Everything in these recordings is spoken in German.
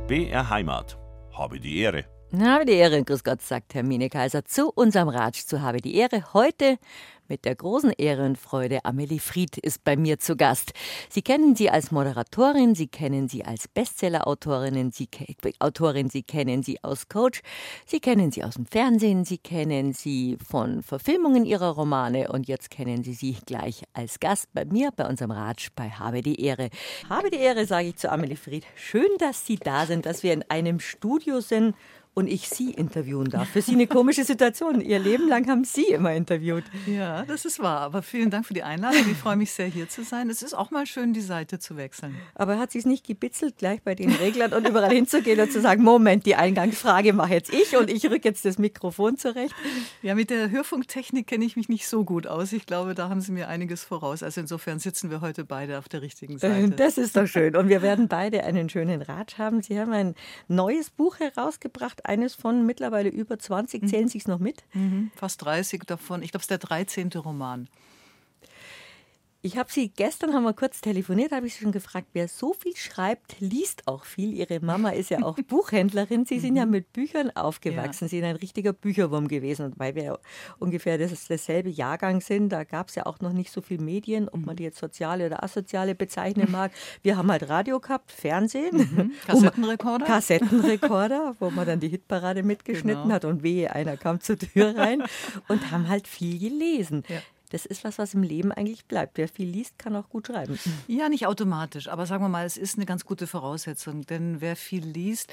BR Heimat. Habe die Ehre. Habe die Ehre, grüß Gott, sagt Hermine Kaiser zu unserem Ratsch zu Habe die Ehre. Heute mit der großen Ehre und Freude, Amelie Fried ist bei mir zu Gast. Sie kennen sie als Moderatorin, Sie kennen sie als Bestseller-Autorin, Sie kennen sie als Coach, Sie kennen sie aus dem Fernsehen, Sie kennen sie von Verfilmungen ihrer Romane und jetzt kennen Sie sie gleich als Gast bei mir, bei unserem Ratsch bei Habe die Ehre. Habe die Ehre, sage ich zu Amelie Fried. Schön, dass Sie da sind, dass wir in einem Studio sind und ich Sie interviewen darf. Für Sie eine komische Situation. Ihr Leben lang haben Sie immer interviewt. Ja, das ist wahr. Aber vielen Dank für die Einladung. Ich freue mich sehr, hier zu sein. Es ist auch mal schön, die Seite zu wechseln. Aber hat Sie es nicht gebitzelt, gleich bei den Reglern und überall hinzugehen und zu sagen, Moment, die Eingangsfrage mache jetzt ich und ich rücke jetzt das Mikrofon zurecht? Ja, mit der Hörfunktechnik kenne ich mich nicht so gut aus. Ich glaube, da haben Sie mir einiges voraus. Also insofern sitzen wir heute beide auf der richtigen Seite. Das ist doch schön. Und wir werden beide einen schönen Ratsch haben. Sie haben ein neues Buch herausgebracht, eines von mittlerweile über 20. Zählen Sie es noch mit? Fast 30 davon. Ich glaube, es ist der 13. Roman. Ich habe Sie, gestern haben wir kurz telefoniert, habe ich Sie schon gefragt, wer so viel schreibt, liest auch viel. Ihre Mama ist ja auch Buchhändlerin. Sie sind ja mit Büchern aufgewachsen. Ja. Sie sind ein richtiger Bücherwurm gewesen. Und weil wir ja ungefähr dasselbe Jahrgang sind, da gab es ja auch noch nicht so viel Medien, ob man die jetzt soziale oder asoziale bezeichnen mag. Wir haben halt Radio gehabt, Fernsehen. Kassettenrekorder, wo man dann die Hitparade mitgeschnitten hat und wehe, einer kam zur Tür rein und haben halt viel gelesen. Ja. Das ist was im Leben eigentlich bleibt. Wer viel liest, kann auch gut schreiben. Ja, nicht automatisch, aber sagen wir mal, es ist eine ganz gute Voraussetzung. Denn wer viel liest,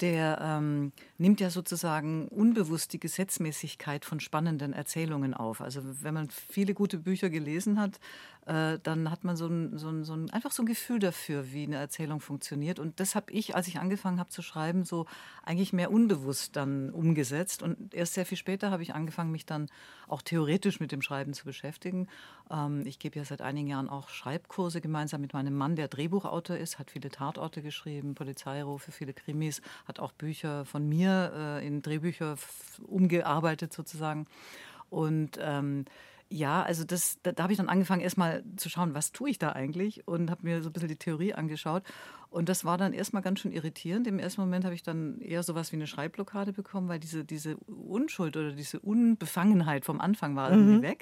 der nimmt ja sozusagen unbewusst die Gesetzmäßigkeit von spannenden Erzählungen auf. Also wenn man viele gute Bücher gelesen hat, dann hat man einfach so ein Gefühl dafür, wie eine Erzählung funktioniert. Und das habe ich, als ich angefangen habe zu schreiben, so eigentlich mehr unbewusst dann umgesetzt. Und erst sehr viel später habe ich angefangen, mich dann auch theoretisch mit dem Schreiben zu beschäftigen. Ich gebe ja seit einigen Jahren auch Schreibkurse gemeinsam mit meinem Mann, der Drehbuchautor ist, hat viele Tatorte geschrieben, Polizeirufe, viele Krimis, hat auch Bücher von mir in Drehbücher umgearbeitet sozusagen. Und ja, also da habe ich dann angefangen, erstmal zu schauen, was tue ich da eigentlich, und habe mir so ein bisschen die Theorie angeschaut. Und das war dann erstmal ganz schön irritierend. Im ersten Moment habe ich dann eher sowas wie eine Schreibblockade bekommen, weil diese Unschuld oder diese Unbefangenheit vom Anfang war irgendwie weg.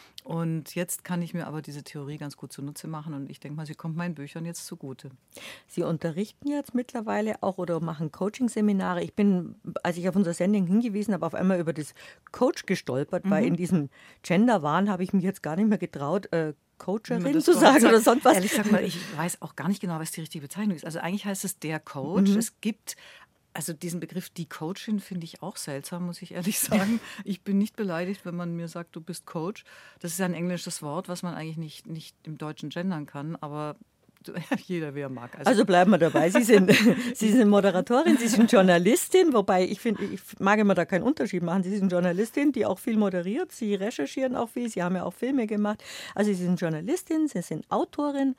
Und jetzt kann ich mir aber diese Theorie ganz gut zunutze machen und ich denke mal, sie kommt meinen Büchern jetzt zugute. Sie unterrichten jetzt mittlerweile auch oder machen Coaching-Seminare. Ich bin, als ich auf unser Sending hingewiesen habe, auf einmal über das Coach gestolpert, weil in diesem Gender-Wahn habe ich mich jetzt gar nicht mehr getraut, Coacherin zu sagen oder sonst was. Ehrlich gesagt mal, ich weiß auch gar nicht genau, was die richtige Bezeichnung ist. Also eigentlich heißt es der Coach. Es gibt... Also diesen Begriff, die Coachin, finde ich auch seltsam, muss ich ehrlich sagen. Ich bin nicht beleidigt, wenn man mir sagt, du bist Coach. Das ist ja ein englisches Wort, was man eigentlich nicht im Deutschen gendern kann, aber jeder, wer mag. Also bleiben wir dabei. Sie sind Moderatorin, Sie sind Journalistin, wobei ich finde, ich mag immer da keinen Unterschied machen. Sie sind Journalistin, die auch viel moderiert, Sie recherchieren auch viel, Sie haben ja auch Filme gemacht. Also Sie sind Journalistin, Sie sind Autorin,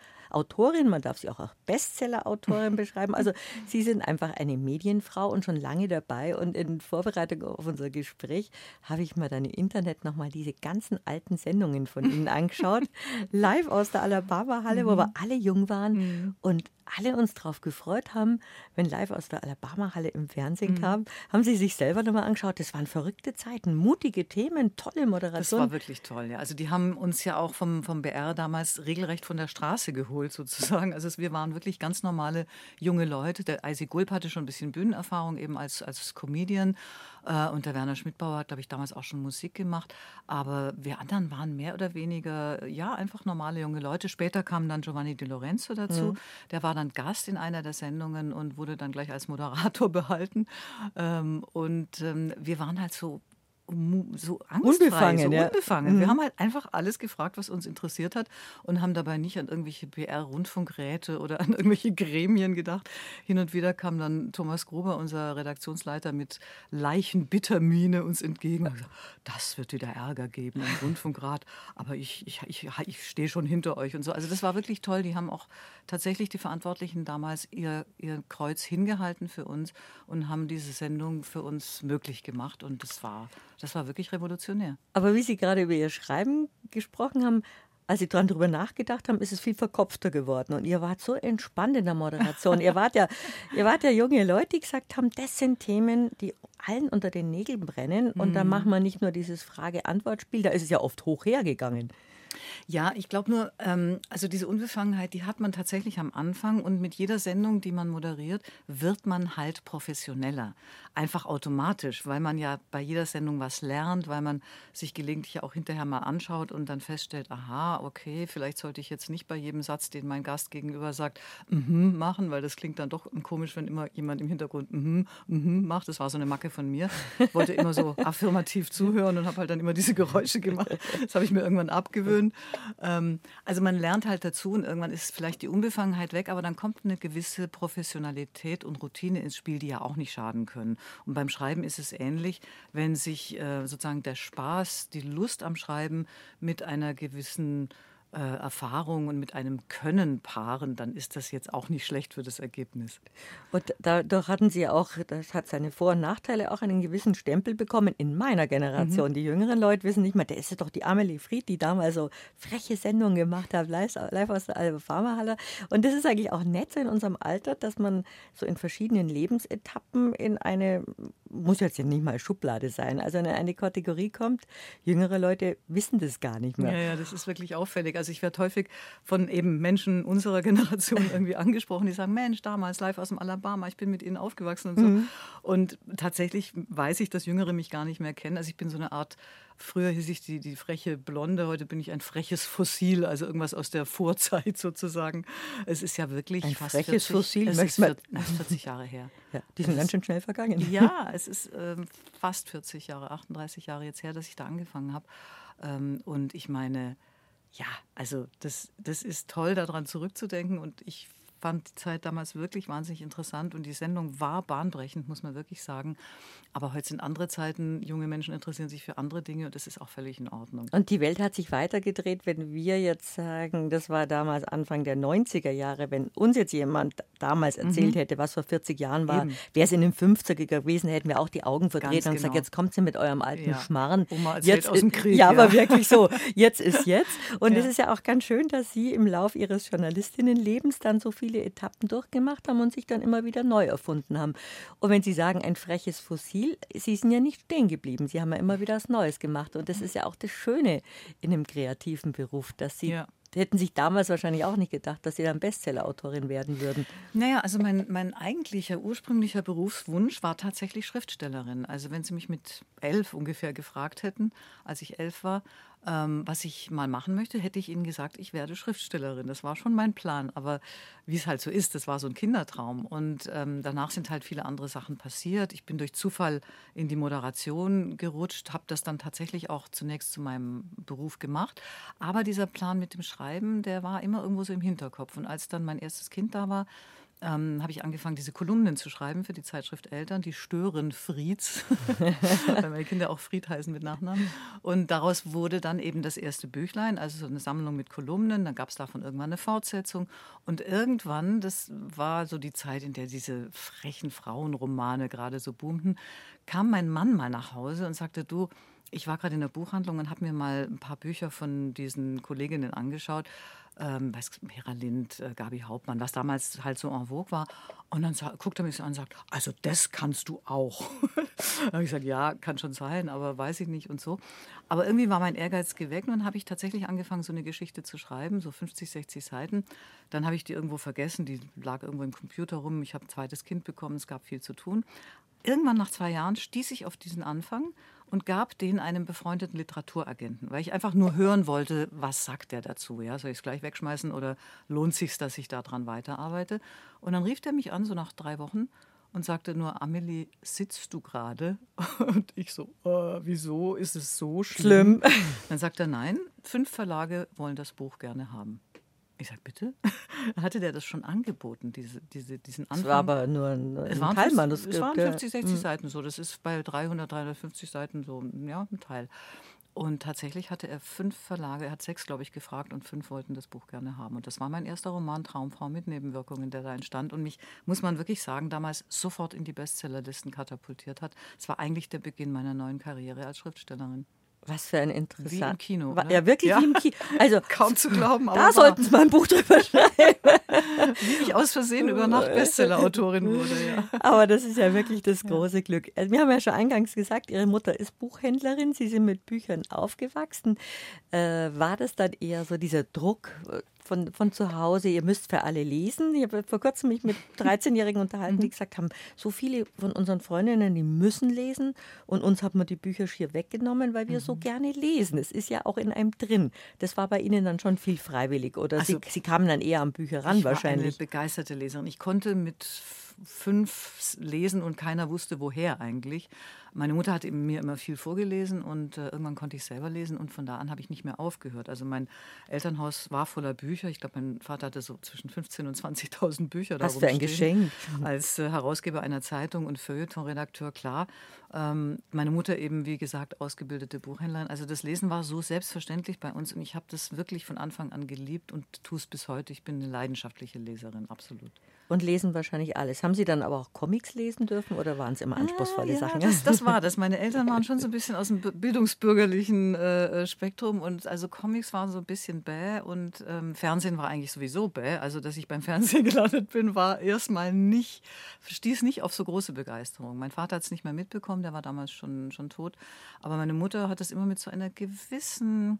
man darf sie auch als Bestseller-Autorin beschreiben. Also Sie sind einfach eine Medienfrau und schon lange dabei. Und in Vorbereitung auf unser Gespräch habe ich mir dann im Internet nochmal diese ganzen alten Sendungen von Ihnen angeschaut. Live aus der Alabama-Halle, wo wir alle jung waren und alle uns drauf gefreut haben, wenn live aus der Alabama-Halle im Fernsehen kam, haben Sie sich selber nochmal angeschaut. Das waren verrückte Zeiten, mutige Themen, tolle Moderation. Das war wirklich toll, ja. Also die haben uns ja auch vom BR damals regelrecht von der Straße geholt sozusagen. Also wir waren wirklich ganz normale junge Leute. Der Eisi Gulb hatte schon ein bisschen Bühnenerfahrung eben als Comedian. Und der Werner Schmidbauer hat, glaube ich, damals auch schon Musik gemacht. Aber wir anderen waren mehr oder weniger, ja, einfach normale junge Leute. Später kam dann Giovanni Di Lorenzo dazu. Der war dann Gast in einer der Sendungen und wurde dann gleich als Moderator behalten. Wir waren halt so angstfrei, unbefangen. Wir haben halt einfach alles gefragt, was uns interessiert hat und haben dabei nicht an irgendwelche PR-Rundfunkräte oder an irgendwelche Gremien gedacht. Hin und wieder kam dann Thomas Gruber, unser Redaktionsleiter, mit Leichenbittermiene uns entgegen und gesagt, das wird wieder Ärger geben im Rundfunkrat, aber ich stehe schon hinter euch und so. Also das war wirklich toll. Die haben auch tatsächlich, die Verantwortlichen damals, ihr Kreuz hingehalten für uns und haben diese Sendung für uns möglich gemacht und das war wirklich revolutionär. Aber wie Sie gerade über Ihr Schreiben gesprochen haben, als Sie drüber nachgedacht haben, ist es viel verkopfter geworden. Und ihr wart so entspannt in der Moderation. ihr wart ja junge Leute, die gesagt haben, das sind Themen, die allen unter den Nägeln brennen. Und da machen wir nicht nur dieses Frage-Antwort-Spiel, da ist es ja oft hoch hergegangen. Ja, ich glaube nur, also diese Unbefangenheit, die hat man tatsächlich am Anfang und mit jeder Sendung, die man moderiert, wird man halt professioneller. Einfach automatisch, weil man ja bei jeder Sendung was lernt, weil man sich gelegentlich ja auch hinterher mal anschaut und dann feststellt, aha, okay, vielleicht sollte ich jetzt nicht bei jedem Satz, den mein Gast gegenüber sagt, machen, weil das klingt dann doch komisch, wenn immer jemand im Hintergrund macht. Das war so eine Macke von mir. Ich wollte immer so affirmativ zuhören und habe halt dann immer diese Geräusche gemacht. Das habe ich mir irgendwann abgewöhnt. Also man lernt halt dazu und irgendwann ist vielleicht die Unbefangenheit weg, aber dann kommt eine gewisse Professionalität und Routine ins Spiel, die ja auch nicht schaden können. Und beim Schreiben ist es ähnlich, wenn sich sozusagen der Spaß, die Lust am Schreiben mit einer gewissen Erfahrung und mit einem Können paaren, dann ist das jetzt auch nicht schlecht für das Ergebnis. Und dadurch hatten Sie auch, das hat seine Vor- und Nachteile, auch einen gewissen Stempel bekommen in meiner Generation. Die jüngeren Leute wissen nicht mehr, der ist doch die Amelie Fried, die damals so freche Sendungen gemacht hat, live aus der Albe Pharmahalle. Und das ist eigentlich auch nett so in unserem Alter, dass man so in verschiedenen Lebensetappen in eine, muss jetzt nicht mal Schublade sein, also in eine Kategorie kommt. Jüngere Leute wissen das gar nicht mehr. Ja, das ist wirklich auffällig. Also ich werde häufig von eben Menschen unserer Generation irgendwie angesprochen, die sagen, Mensch, damals live aus dem Alabama, ich bin mit ihnen aufgewachsen und so. Und tatsächlich weiß ich, dass Jüngere mich gar nicht mehr kennen. Also ich bin so eine Art, früher hieß ich die freche Blonde, heute bin ich ein freches Fossil, also irgendwas aus der Vorzeit sozusagen. Es ist ja wirklich ein fast freches 40, Fossil. Es ist 40 Jahre her. Ja, die sind ganz schön schnell vergangen. Ja, es ist fast 40 Jahre, 38 Jahre jetzt her, dass ich da angefangen habe. Und ich meine, ja, also das ist toll, daran zurückzudenken und ich fand die Zeit damals wirklich wahnsinnig interessant und die Sendung war bahnbrechend, muss man wirklich sagen. Aber heute sind andere Zeiten, junge Menschen interessieren sich für andere Dinge und das ist auch völlig in Ordnung. Und die Welt hat sich weitergedreht, wenn wir jetzt sagen, das war damals Anfang der 90er Jahre, wenn uns jetzt jemand damals erzählt hätte, was vor 40 Jahren war, wäre es in den 50er gewesen, hätten wir auch die Augen verdreht und gesagt, jetzt kommt sie mit eurem alten Schmarren. Oma erzählt aus dem Krieg. Ja, aber wirklich so, jetzt ist jetzt. Und es ist ja auch ganz schön, dass Sie im Lauf Ihres Journalistinnenlebens dann so viele Etappen durchgemacht haben und sich dann immer wieder neu erfunden haben. Und wenn Sie sagen, ein freches Fossil, Sie sind ja nicht stehen geblieben. Sie haben ja immer wieder was Neues gemacht. Und das ist ja auch das Schöne in einem kreativen Beruf, dass Sie hätten sich damals wahrscheinlich auch nicht gedacht, dass Sie dann Bestseller-Autorin werden würden. Naja, also mein eigentlicher, ursprünglicher Berufswunsch war tatsächlich Schriftstellerin. Also wenn Sie mich mit 11 ungefähr gefragt hätten, als ich 11 war, was ich mal machen möchte, hätte ich Ihnen gesagt, ich werde Schriftstellerin. Das war schon mein Plan. Aber wie es halt so ist, das war so ein Kindertraum. Und danach sind halt viele andere Sachen passiert. Ich bin durch Zufall in die Moderation gerutscht, habe das dann tatsächlich auch zunächst zu meinem Beruf gemacht. Aber dieser Plan mit dem Schreiben, der war immer irgendwo so im Hinterkopf. Und als dann mein erstes Kind da war, habe ich angefangen, diese Kolumnen zu schreiben für die Zeitschrift Eltern, die Störenfrieds, weil meine Kinder auch Fried heißen mit Nachnamen. Und daraus wurde dann eben das erste Büchlein, also so eine Sammlung mit Kolumnen. Dann gab es davon irgendwann eine Fortsetzung. Und irgendwann, das war so die Zeit, in der diese frechen Frauenromane gerade so boomten, kam mein Mann mal nach Hause und sagte, du, ich war gerade in der Buchhandlung und habe mir mal ein paar Bücher von diesen Kolleginnen angeschaut. Hera Lind, Gabi Hauptmann, was damals halt so en vogue war. Und dann guckt er mich so an und sagt, also das kannst du auch. Dann habe ich gesagt, ja, kann schon sein, aber weiß ich nicht und so. Aber irgendwie war mein Ehrgeiz geweckt und dann habe ich tatsächlich angefangen, so eine Geschichte zu schreiben, so 50, 60 Seiten. Dann habe ich die irgendwo vergessen, die lag irgendwo im Computer rum. Ich habe ein zweites Kind bekommen, es gab viel zu tun. Irgendwann nach 2 Jahren stieß ich auf diesen Anfang und gab den einem befreundeten Literaturagenten, weil ich einfach nur hören wollte, was sagt der dazu? Ja? Soll ich es gleich wegschmeißen oder lohnt es sich, dass ich daran weiterarbeite? Und dann rief der mich an, so nach 3 Wochen, und sagte nur, Amelie, sitzt du gerade? Und ich so, wieso ist es so schlimm? Dann sagt er, nein, 5 Verlage wollen das Buch gerne haben. Ich sage, bitte? Hatte der das schon angeboten, diesen Anfang? Es war aber nur ein Teilmanuskript. Es waren 50, 60 Seiten so. Das ist bei 300, 350 Seiten so, ja, ein Teil. Und tatsächlich hatte er 5 Verlage, er hat 6, glaube ich, gefragt und 5 wollten das Buch gerne haben. Und das war mein erster Roman, Traumfrau mit Nebenwirkungen, der da entstand und mich, muss man wirklich sagen, damals sofort in die Bestsellerlisten katapultiert hat. Es war eigentlich der Beginn meiner neuen Karriere als Schriftstellerin. Was für ein interessant. Wie im Kino. Ja, wirklich wie im Kino. Also, kaum zu glauben, aber da sollten Sie mal ein Buch drüber schreiben. Wie ich aus Versehen über Nacht Bestseller-Autorin wurde. Ja. Aber das ist ja wirklich das große Glück. Also, wir haben ja schon eingangs gesagt, Ihre Mutter ist Buchhändlerin, Sie sind mit Büchern aufgewachsen. War das dann eher so dieser Druck von zu Hause, ihr müsst für alle lesen? Ich habe vor kurzem mich mit 13-Jährigen unterhalten, die gesagt haben, so viele von unseren Freundinnen, die müssen lesen und uns hat man die Bücher schier weggenommen, weil wir so gerne lesen. Es ist ja auch in einem drin. Das war bei Ihnen dann schon viel freiwillig oder also, Sie kamen dann eher an Bücher ran wahrscheinlich. Ich war eine begeisterte Leserin. Ich konnte mit 5 lesen und keiner wusste, woher eigentlich. Meine Mutter hat mir immer viel vorgelesen und irgendwann konnte ich selber lesen und von da an habe ich nicht mehr aufgehört. Also mein Elternhaus war voller Bücher. Ich glaube, mein Vater hatte so zwischen 15.000 und 20.000 Bücher da rumstehen. Was für ein Geschenk. Als Herausgeber einer Zeitung und Feuilleton-Redakteur, klar. Meine Mutter eben, wie gesagt, ausgebildete Buchhändlerin. Also das Lesen war so selbstverständlich bei uns und ich habe das wirklich von Anfang an geliebt und tue es bis heute. Ich bin eine leidenschaftliche Leserin, absolut. Und lesen wahrscheinlich alles. Haben Sie dann aber auch Comics lesen dürfen oder waren es immer anspruchsvolle Sachen? Das war das. Meine Eltern waren schon so ein bisschen aus dem bildungsbürgerlichen Spektrum und also Comics waren so ein bisschen bäh und Fernsehen war eigentlich sowieso bäh. Also dass ich beim Fernsehen gelandet bin, war erstmal stieß nicht auf so große Begeisterung. Mein Vater hat es nicht mehr mitbekommen, der war damals schon tot. Aber meine Mutter hat das immer mit so einer gewissen...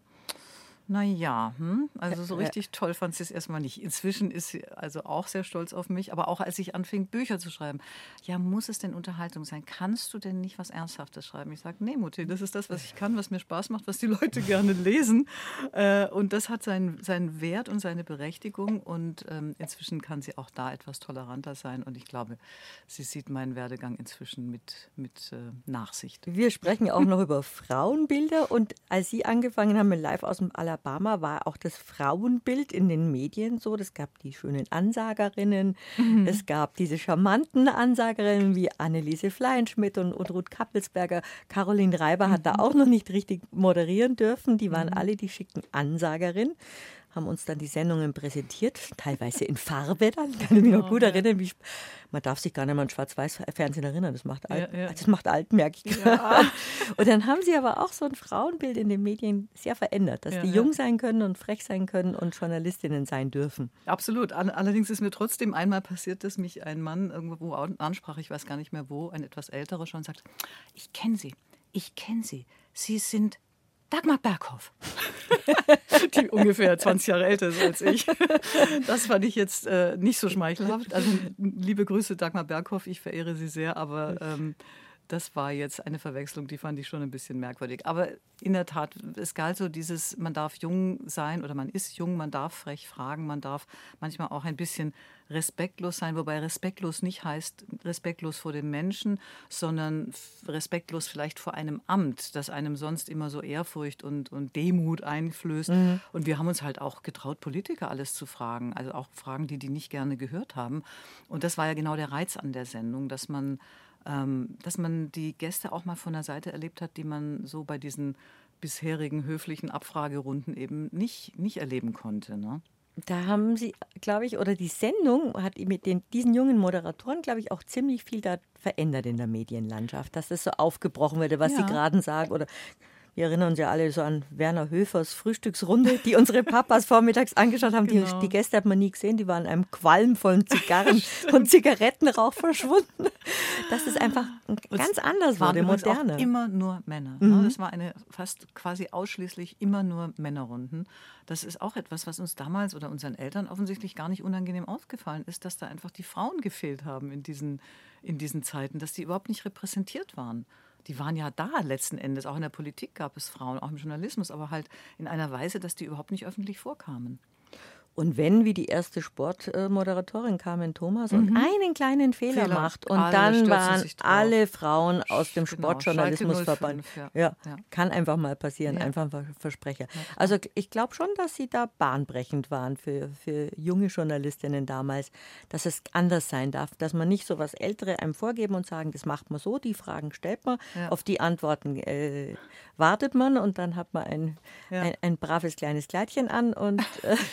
also so richtig toll fand sie es erstmal nicht. Inzwischen ist sie also auch sehr stolz auf mich, aber auch als ich anfing, Bücher zu schreiben. Ja, muss es denn Unterhaltung sein? Kannst du denn nicht was Ernsthaftes schreiben? Ich sage, nee, Mutti, das ist das, was ich kann, was mir Spaß macht, was die Leute gerne lesen. Und das hat seinen Wert und seine Berechtigung und inzwischen kann sie auch da etwas toleranter sein und ich glaube, sie sieht meinen Werdegang inzwischen mit Nachsicht. Wir sprechen auch noch über Frauenbilder und als Sie angefangen haben mit Live aus dem Alabama, war auch das Frauenbild in den Medien so. Es gab die schönen Ansagerinnen, es gab diese charmanten Ansagerinnen wie Anneliese Fleinschmidt und Ruth Kappelsberger. Caroline Reiber hat da auch noch nicht richtig moderieren dürfen. Die waren alle die schicken Ansagerinnen. Haben uns dann die Sendungen präsentiert, teilweise in Farbe dann, kann ich mich noch gut erinnern. Man darf sich gar nicht mehr an Schwarz-Weiß-Fernsehen erinnern, das macht alt, Das macht alt, merke ich. Ja. Und dann haben sie aber auch so ein Frauenbild in den Medien sehr verändert, dass die jung sein können und frech sein können und Journalistinnen sein dürfen. Absolut, allerdings ist mir trotzdem einmal passiert, dass mich ein Mann irgendwo ansprach, ich weiß gar nicht mehr wo, ein etwas älterer schon, sagt, ich kenne Sie, Sie sind Dagmar Berghoff, die ungefähr 20 Jahre älter ist als ich. Das fand ich jetzt nicht so schmeichelhaft. Also liebe Grüße, Dagmar Berghoff, ich verehre Sie sehr, aber das war jetzt eine Verwechslung, die fand ich schon ein bisschen merkwürdig. Aber in der Tat, es galt so dieses, man darf jung sein oder man ist jung, man darf frech fragen, man darf manchmal auch ein bisschen respektlos sein, wobei respektlos nicht heißt respektlos vor dem Menschen, sondern respektlos vielleicht vor einem Amt, das einem sonst immer so Ehrfurcht und Demut einflößt. Und wir haben uns halt auch getraut, Politiker alles zu fragen, also auch Fragen, die nicht gerne gehört haben. Und das war ja genau der Reiz an der Sendung, dass man die Gäste auch mal von der Seite erlebt hat, die man so bei diesen bisherigen höflichen Abfragerunden eben nicht erleben konnte, ne? Da haben Sie, glaube ich, oder die Sendung hat mit diesen jungen Moderatoren, glaube ich, auch ziemlich viel da verändert in der Medienlandschaft, dass das so aufgebrochen wurde, was Sie gerade sagen oder... Wir erinnern uns ja alle so an Werner Höfers Frühstücksrunde, die unsere Papas vormittags angeschaut haben. Genau. Die Gäste hat man nie gesehen, die waren in einem Qualm von Zigarren und Zigarettenrauch verschwunden. Dass es einfach ganz anders wurde, moderner. Auch immer nur Männer. Mhm. Das war eine fast quasi ausschließlich immer nur Männerrunden. Das ist auch etwas, was uns damals oder unseren Eltern offensichtlich gar nicht unangenehm aufgefallen ist, dass da einfach die Frauen gefehlt haben in diesen Zeiten, dass die überhaupt nicht repräsentiert waren. Die waren ja da letzten Endes. Auch in der Politik gab es Frauen, auch im Journalismus, aber halt in einer Weise, dass die überhaupt nicht öffentlich vorkamen. Und wenn, wie die erste Sportmoderatorin Carmen Thomas und einen kleinen Fehler macht und dann waren alle Frauen aus dem Sportjournalismusverband. Ja, kann einfach mal passieren, einfach ein Versprecher. Also ich glaube schon, dass sie da bahnbrechend waren für junge Journalistinnen damals, dass es anders sein darf, dass man nicht so was Ältere einem vorgeben und sagen, das macht man so, die Fragen stellt man, auf die Antworten wartet man und dann hat man ein braves kleines Kleidchen an und nee, das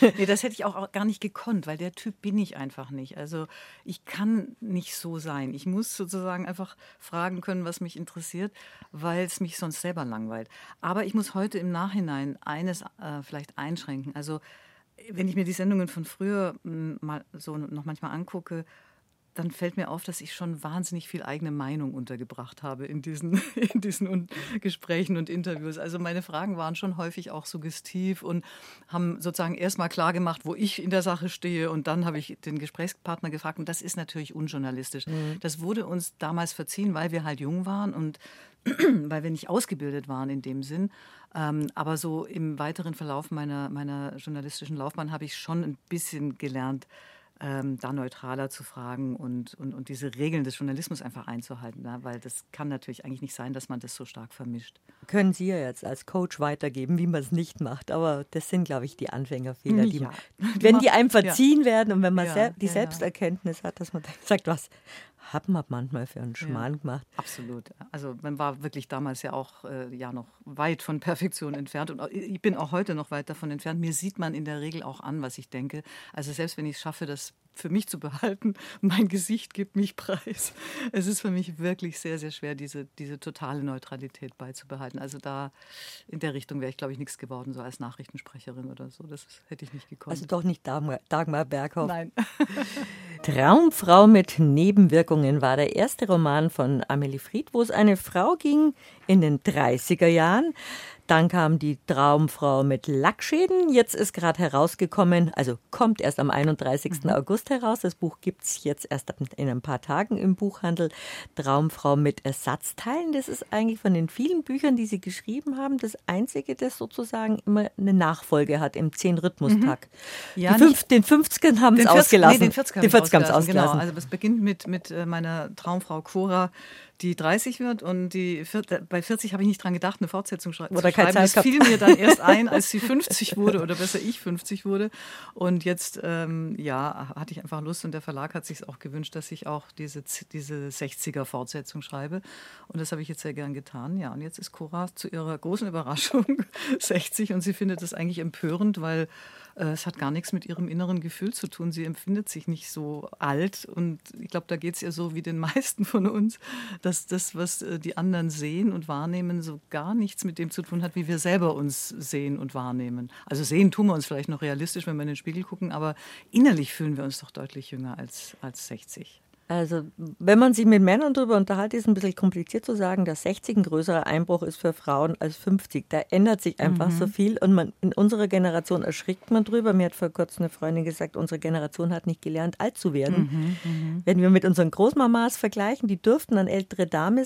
hätte ich auch gar nicht gekonnt, weil der Typ bin ich einfach nicht. Also ich kann nicht so sein. Ich muss sozusagen einfach fragen können, was mich interessiert, weil es mich sonst selber langweilt. Aber ich muss heute im Nachhinein eines vielleicht einschränken. Also wenn ich mir die Sendungen von früher mal so noch manchmal angucke, dann fällt mir auf, dass ich schon wahnsinnig viel eigene Meinung untergebracht habe in diesen Gesprächen und Interviews. Also meine Fragen waren schon häufig auch suggestiv und haben sozusagen erstmal klar gemacht, wo ich in der Sache stehe, und dann habe ich den Gesprächspartner gefragt, und das ist natürlich unjournalistisch. Das wurde uns damals verziehen, weil wir halt jung waren und weil wir nicht ausgebildet waren in dem Sinn. Aber so im weiteren Verlauf meiner journalistischen Laufbahn habe ich schon ein bisschen gelernt, da neutraler zu fragen und diese Regeln des Journalismus einfach einzuhalten. Ja? Weil das kann natürlich eigentlich nicht sein, dass man das so stark vermischt. Können Sie ja jetzt als Coach weitergeben, wie man es nicht macht. Aber das sind, glaube ich, die Anfängerfehler, wenn die einem verziehen werden und wenn man die Selbsterkenntnis hat, dass man dann sagt, was hat man manchmal für einen Schmarrn gemacht. Absolut. Also man war wirklich damals ja auch noch weit von Perfektion entfernt. Und ich bin auch heute noch weit davon entfernt. Mir sieht man in der Regel auch an, was ich denke. Also selbst wenn ich es schaffe, das für mich zu behalten, mein Gesicht gibt mich preis. Es ist für mich wirklich sehr, sehr schwer, diese totale Neutralität beizubehalten. Also da in der Richtung wäre ich, glaube ich, nichts geworden, so als Nachrichtensprecherin oder so. Das hätte ich nicht gekonnt. Also doch nicht Dagmar Berghoff. Nein. Traumfrau mit Nebenwirkungen war der erste Roman von Amelie Fried, wo es eine Frau ging in den 30er Jahren. Dann kam die Traumfrau mit Lackschäden. Jetzt ist gerade herausgekommen, also kommt erst am 31. August heraus. Das Buch gibt es jetzt erst in ein paar Tagen im Buchhandel. Traumfrau mit Ersatzteilen. Das ist eigentlich von den vielen Büchern, die Sie geschrieben haben, das einzige, das sozusagen immer eine Nachfolge hat im 10-Rhythmustakt. Ja, den 50ern haben es ausgelassen. Den 40er haben es ausgelassen. Genau, also es beginnt mit meiner Traumfrau Cora, die 30 wird, und bei 40 habe ich nicht dran gedacht, eine Fortsetzung zu schreiben. Das fiel mir dann erst ein, als sie 50 wurde, oder besser ich 50 wurde. Und jetzt hatte ich einfach Lust, und der Verlag hat sich auch gewünscht, dass ich auch diese 60er-Fortsetzung schreibe. Und das habe ich jetzt sehr gern getan. Ja, und jetzt ist Cora zu ihrer großen Überraschung 60, und sie findet das eigentlich empörend, weil es hat gar nichts mit ihrem inneren Gefühl zu tun. Sie empfindet sich nicht so alt, und ich glaube, da geht es ihr so wie den meisten von uns, dass das, was die anderen sehen und wahrnehmen, so gar nichts mit dem zu tun hat, wie wir selber uns sehen und wahrnehmen. Also sehen tun wir uns vielleicht noch realistisch, wenn wir in den Spiegel gucken, aber innerlich fühlen wir uns doch deutlich jünger als 60. Also wenn man sich mit Männern darüber unterhält, ist es ein bisschen kompliziert zu sagen, dass 60 ein größerer Einbruch ist für Frauen als 50. Da ändert sich einfach so viel, und in unserer Generation erschrickt man drüber. Mir hat vor kurzem eine Freundin gesagt, unsere Generation hat nicht gelernt, alt zu werden. Wenn wir mit unseren Großmamas vergleichen, die durften dann ältere Damen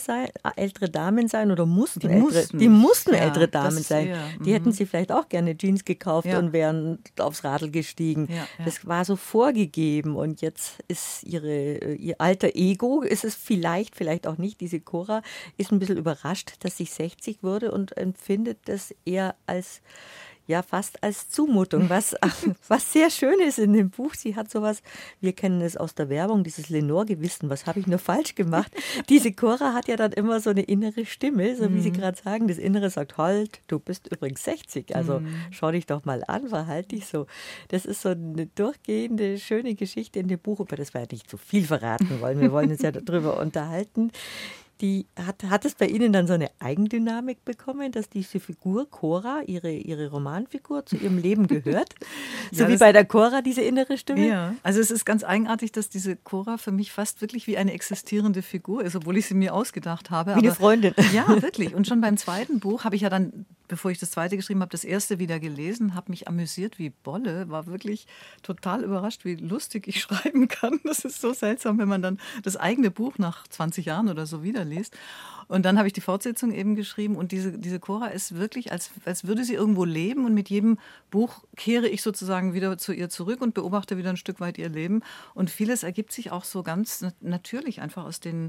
sein oder mussten ältere Damen sein. Die hätten sie vielleicht auch gerne Jeans gekauft und wären aufs Radl gestiegen. Das war so vorgegeben, und jetzt ist ihr alter Ego, ist es vielleicht auch nicht, diese Cora ist ein bisschen überrascht, dass sie 60 wurde und empfindet das eher als, fast als Zumutung, was sehr schön ist in dem Buch. Sie hat sowas, wir kennen es aus der Werbung, dieses Lenore-Gewissen, was habe ich nur falsch gemacht? Diese Cora hat ja dann immer so eine innere Stimme, so wie Sie gerade sagen, das Innere sagt, halt, du bist übrigens 60, also schau dich doch mal an, verhalt dich so. Das ist so eine durchgehende, schöne Geschichte in dem Buch, über das wir ja nicht zu viel verraten wollen, wir wollen uns ja darüber unterhalten. Die hat es bei Ihnen dann so eine Eigendynamik bekommen, dass diese Figur Cora, ihre Romanfigur, zu ihrem Leben gehört? So wie bei der Cora, diese innere Stimme? Ja, also es ist ganz eigenartig, dass diese Cora für mich fast wirklich wie eine existierende Figur ist, obwohl ich sie mir ausgedacht habe. Wie eine Freundin. Ja, wirklich. Und schon beim zweiten Buch habe ich ja dann, bevor ich das zweite geschrieben habe, das erste wieder gelesen, habe mich amüsiert wie Bolle, war wirklich total überrascht, wie lustig ich schreiben kann. Das ist so seltsam, wenn man dann das eigene Buch nach 20 Jahren oder so wieder liest. Und dann habe ich die Fortsetzung eben geschrieben, und diese Cora ist wirklich, als würde sie irgendwo leben, und mit jedem Buch kehre ich sozusagen wieder zu ihr zurück und beobachte wieder ein Stück weit ihr Leben, und vieles ergibt sich auch so ganz natürlich einfach aus den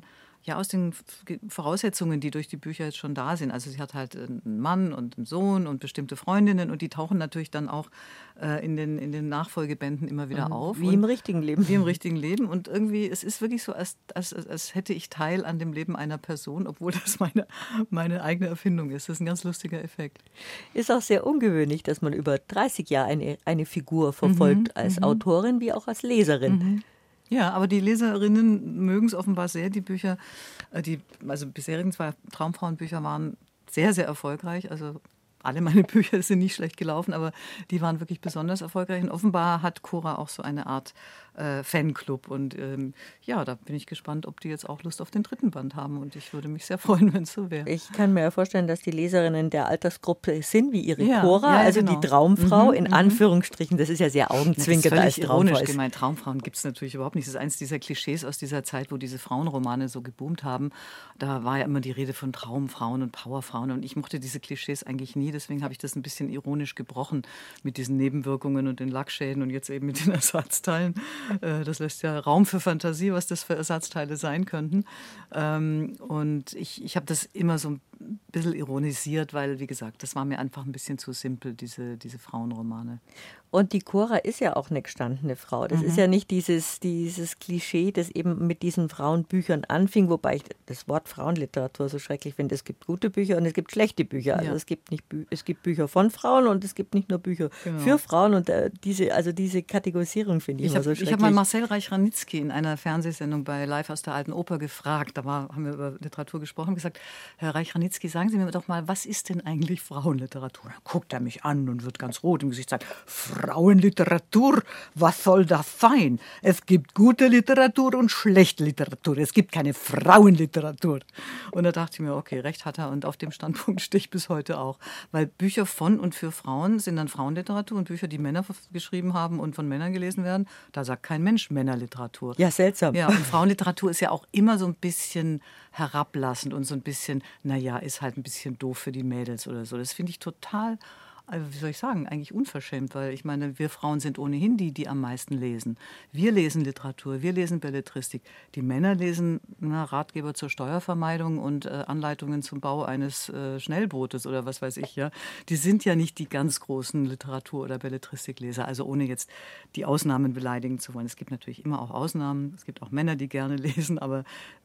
Ja, aus den Voraussetzungen, die durch die Bücher jetzt schon da sind. Also sie hat halt einen Mann und einen Sohn und bestimmte Freundinnen und die tauchen natürlich dann auch in den Nachfolgebänden immer wieder auf. Wie im richtigen Leben. Wie im richtigen Leben. Und irgendwie, es ist wirklich so, als hätte ich Teil an dem Leben einer Person, obwohl das meine eigene Erfindung ist. Das ist ein ganz lustiger Effekt. Ist auch sehr ungewöhnlich, dass man über 30 Jahre eine Figur verfolgt, als Autorin wie auch als Leserin. Ja, aber die Leserinnen mögen es offenbar sehr. Die Bücher, also bisherigen 2 Traumfrauenbücher waren sehr, sehr erfolgreich. Also alle meine Bücher sind nicht schlecht gelaufen, aber die waren wirklich besonders erfolgreich. Und offenbar hat Cora auch so eine Art Fanclub. Und da bin ich gespannt, ob die jetzt auch Lust auf den 3. Band haben. Und ich würde mich sehr freuen, wenn es so wäre. Ich kann mir ja vorstellen, dass die Leserinnen der Altersgruppe sind, wie ihre Cora, ja, also genau. Die Traumfrau, in Anführungsstrichen. Das ist ja sehr augenzwinkern als Traumfrau. Ironisch gemeint. Traumfrauen gibt es natürlich überhaupt nicht. Das ist eins dieser Klischees aus dieser Zeit, wo diese Frauenromane so geboomt haben. Da war ja immer die Rede von Traumfrauen und Powerfrauen. Und ich mochte diese Klischees eigentlich nie. Deswegen habe ich das ein bisschen ironisch gebrochen mit diesen Nebenwirkungen und den Lackschäden und jetzt eben mit den Ersatzteilen. Das lässt ja Raum für Fantasie, was das für Ersatzteile sein könnten. Und ich habe das immer so ein bisschen ironisiert, weil, wie gesagt, das war mir einfach ein bisschen zu simpel, diese Frauenromane. Und die Cora ist ja auch eine gestandene Frau. Das ist ja nicht dieses Klischee, das eben mit diesen Frauenbüchern anfing, wobei ich das Wort Frauenliteratur so schrecklich finde. Es gibt gute Bücher und es gibt schlechte Bücher. Also es gibt Bücher von Frauen und es gibt nicht nur Bücher für Frauen. Und diese Kategorisierung finde ich immer so schrecklich. Ich habe mal Marcel Reich-Ranitzky in einer Fernsehsendung bei Live aus der Alten Oper gefragt. Haben wir über Literatur gesprochen und gesagt, Herr Reich-Ranitzky, sagen Sie mir doch mal, was ist denn eigentlich Frauenliteratur? Dann guckt er mich an und wird ganz rot im Gesicht und sagt, Frauenliteratur, was soll das sein? Es gibt gute Literatur und schlechte Literatur. Es gibt keine Frauenliteratur. Und da dachte ich mir, okay, recht hat er. Und auf dem Standpunkt stehe ich bis heute auch. Weil Bücher von und für Frauen sind dann Frauenliteratur und Bücher, die Männer geschrieben haben und von Männern gelesen werden, da sagt kein Mensch Männerliteratur. Ja, seltsam. Ja, und Frauenliteratur ist ja auch immer so ein bisschen herablassend und so ein bisschen, ist halt ein bisschen doof für die Mädels oder so. Das finde ich total, wie soll ich sagen, eigentlich unverschämt, weil ich meine, wir Frauen sind ohnehin die am meisten lesen. Wir lesen Literatur, wir lesen Belletristik. Die Männer lesen Ratgeber zur Steuervermeidung und Anleitungen zum Bau eines Schnellbootes oder was weiß ich. Ja. Die sind ja nicht die ganz großen Literatur- oder Belletristikleser, also ohne jetzt die Ausnahmen beleidigen zu wollen. Es gibt natürlich immer auch Ausnahmen, es gibt auch Männer, die gerne lesen, aber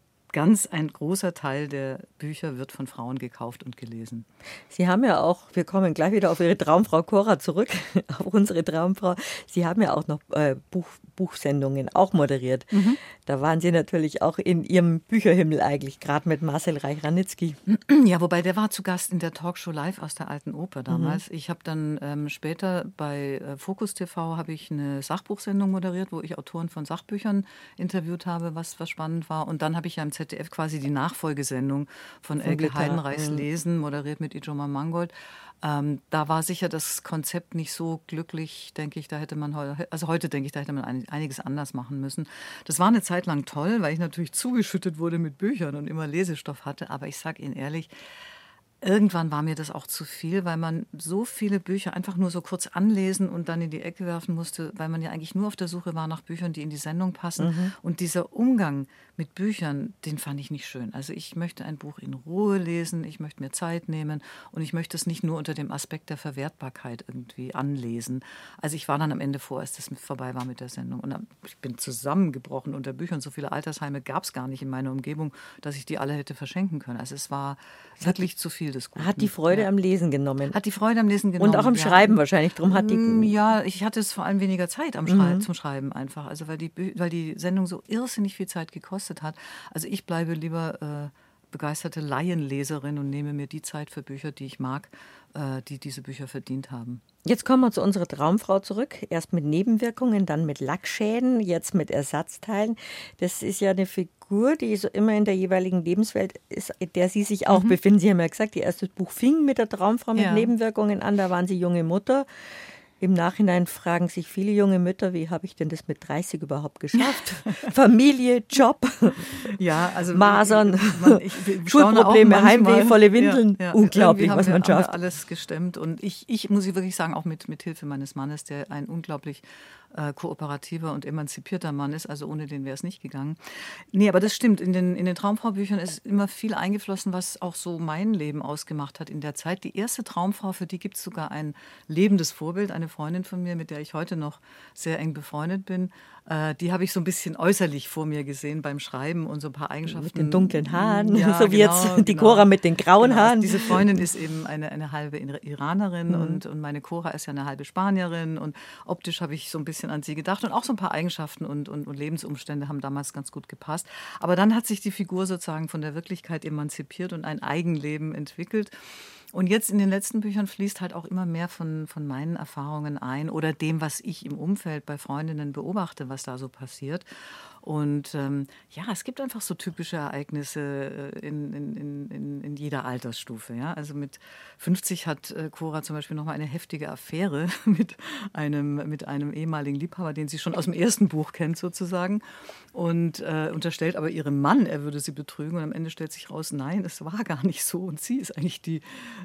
ein großer Teil der Bücher wird von Frauen gekauft und gelesen. Sie haben ja auch, wir kommen gleich wieder auf Ihre Traumfrau Cora zurück, auf unsere Traumfrau. Sie haben ja auch noch Buchsendungen auch moderiert. Da waren Sie natürlich auch in Ihrem Bücherhimmel eigentlich, gerade mit Marcel Reich-Ranitzky. Ja, wobei der war zu Gast in der Talkshow Live aus der Alten Oper damals. Ich habe dann später bei Focus TV habe ich eine Sachbuchsendung moderiert, wo ich Autoren von Sachbüchern interviewt habe, was spannend war. Und dann habe ich ja im ZDF quasi die Nachfolgesendung von Elke Heidenreichs Lesen, moderiert mit Ijoma Mangold. Da war sicher das Konzept nicht so glücklich, denke ich. Da hätte man heute denke ich, da hätte man einiges anders machen müssen. Das war eine Zeit lang toll, weil ich natürlich zugeschüttet wurde mit Büchern und immer Lesestoff hatte. Aber ich sage Ihnen ehrlich, irgendwann war mir das auch zu viel, weil man so viele Bücher einfach nur so kurz anlesen und dann in die Ecke werfen musste, weil man ja eigentlich nur auf der Suche war nach Büchern, die in die Sendung passen. Und dieser Umgang mit Büchern, den fand ich nicht schön. Also ich möchte ein Buch in Ruhe lesen, ich möchte mir Zeit nehmen und ich möchte es nicht nur unter dem Aspekt der Verwertbarkeit irgendwie anlesen. Also ich war dann am Ende froh, als das vorbei war mit der Sendung. Und ich bin zusammengebrochen unter Büchern. So viele Altersheime gab es gar nicht in meiner Umgebung, dass ich die alle hätte verschenken können. Also es war wirklich zu viel des Guten. Hat die Freude am Lesen genommen. Hat die Freude am Lesen genommen. Und auch am Schreiben wahrscheinlich. Drum hat ja, ich hatte es vor allem weniger Zeit zum Schreiben einfach. Also weil die Sendung so irrsinnig viel Zeit gekostet hat. Also ich bleibe lieber begeisterte Laienleserin und nehme mir die Zeit für Bücher, die ich mag, die diese Bücher verdient haben. Jetzt kommen wir zu unserer Traumfrau zurück. Erst mit Nebenwirkungen, dann mit Lackschäden, jetzt mit Ersatzteilen. Das ist ja eine Figur, die so immer in der jeweiligen Lebenswelt ist, in der Sie sich auch befinden. Sie haben ja gesagt, Ihr erstes Buch fing mit der Traumfrau mit Nebenwirkungen an. Da waren Sie junge Mutter. Im Nachhinein fragen sich viele junge Mütter, wie habe ich denn das mit 30 überhaupt geschafft? Familie, Job, ja, also Masern, staune auch Schulprobleme, manchmal. Heimweh, volle Windeln. Ja, unglaublich, irgendwie was man haben wir schafft. alles gestemmt. Und ich muss ich wirklich sagen, auch mit Hilfe meines Mannes, der ein unglaublich kooperativer und emanzipierter Mann ist. Also ohne den wäre es nicht gegangen. Nee, aber das stimmt. In den Traumfrau-Büchern ist immer viel eingeflossen, was auch so mein Leben ausgemacht hat in der Zeit. Die erste Traumfrau, für die gibt es sogar ein lebendes Vorbild, eine Freundin von mir, mit der ich heute noch sehr eng befreundet bin. Die habe ich so ein bisschen äußerlich vor mir gesehen beim Schreiben und so ein paar Eigenschaften. Mit den dunklen Haaren, ja, so wie jetzt die Cora mit den grauen Haaren. Diese Freundin ist eben eine halbe Iranerin und meine Cora ist ja eine halbe Spanierin und optisch habe ich so ein bisschen an sie gedacht und auch so ein paar Eigenschaften und Lebensumstände haben damals ganz gut gepasst. Aber dann hat sich die Figur sozusagen von der Wirklichkeit emanzipiert und ein Eigenleben entwickelt. Und jetzt in den letzten Büchern fließt halt auch immer mehr von meinen Erfahrungen ein oder dem, was ich im Umfeld bei Freundinnen beobachte, was da so passiert. Und ja, es gibt einfach so typische Ereignisse in jeder Altersstufe. Ja? Also mit 50 hat Cora zum Beispiel nochmal eine heftige Affäre mit einem ehemaligen Liebhaber, den sie schon aus dem ersten Buch kennt sozusagen. Und unterstellt aber ihrem Mann, er würde sie betrügen. Und am Ende stellt sich raus, nein, es war gar nicht so. Und sie ist eigentlich die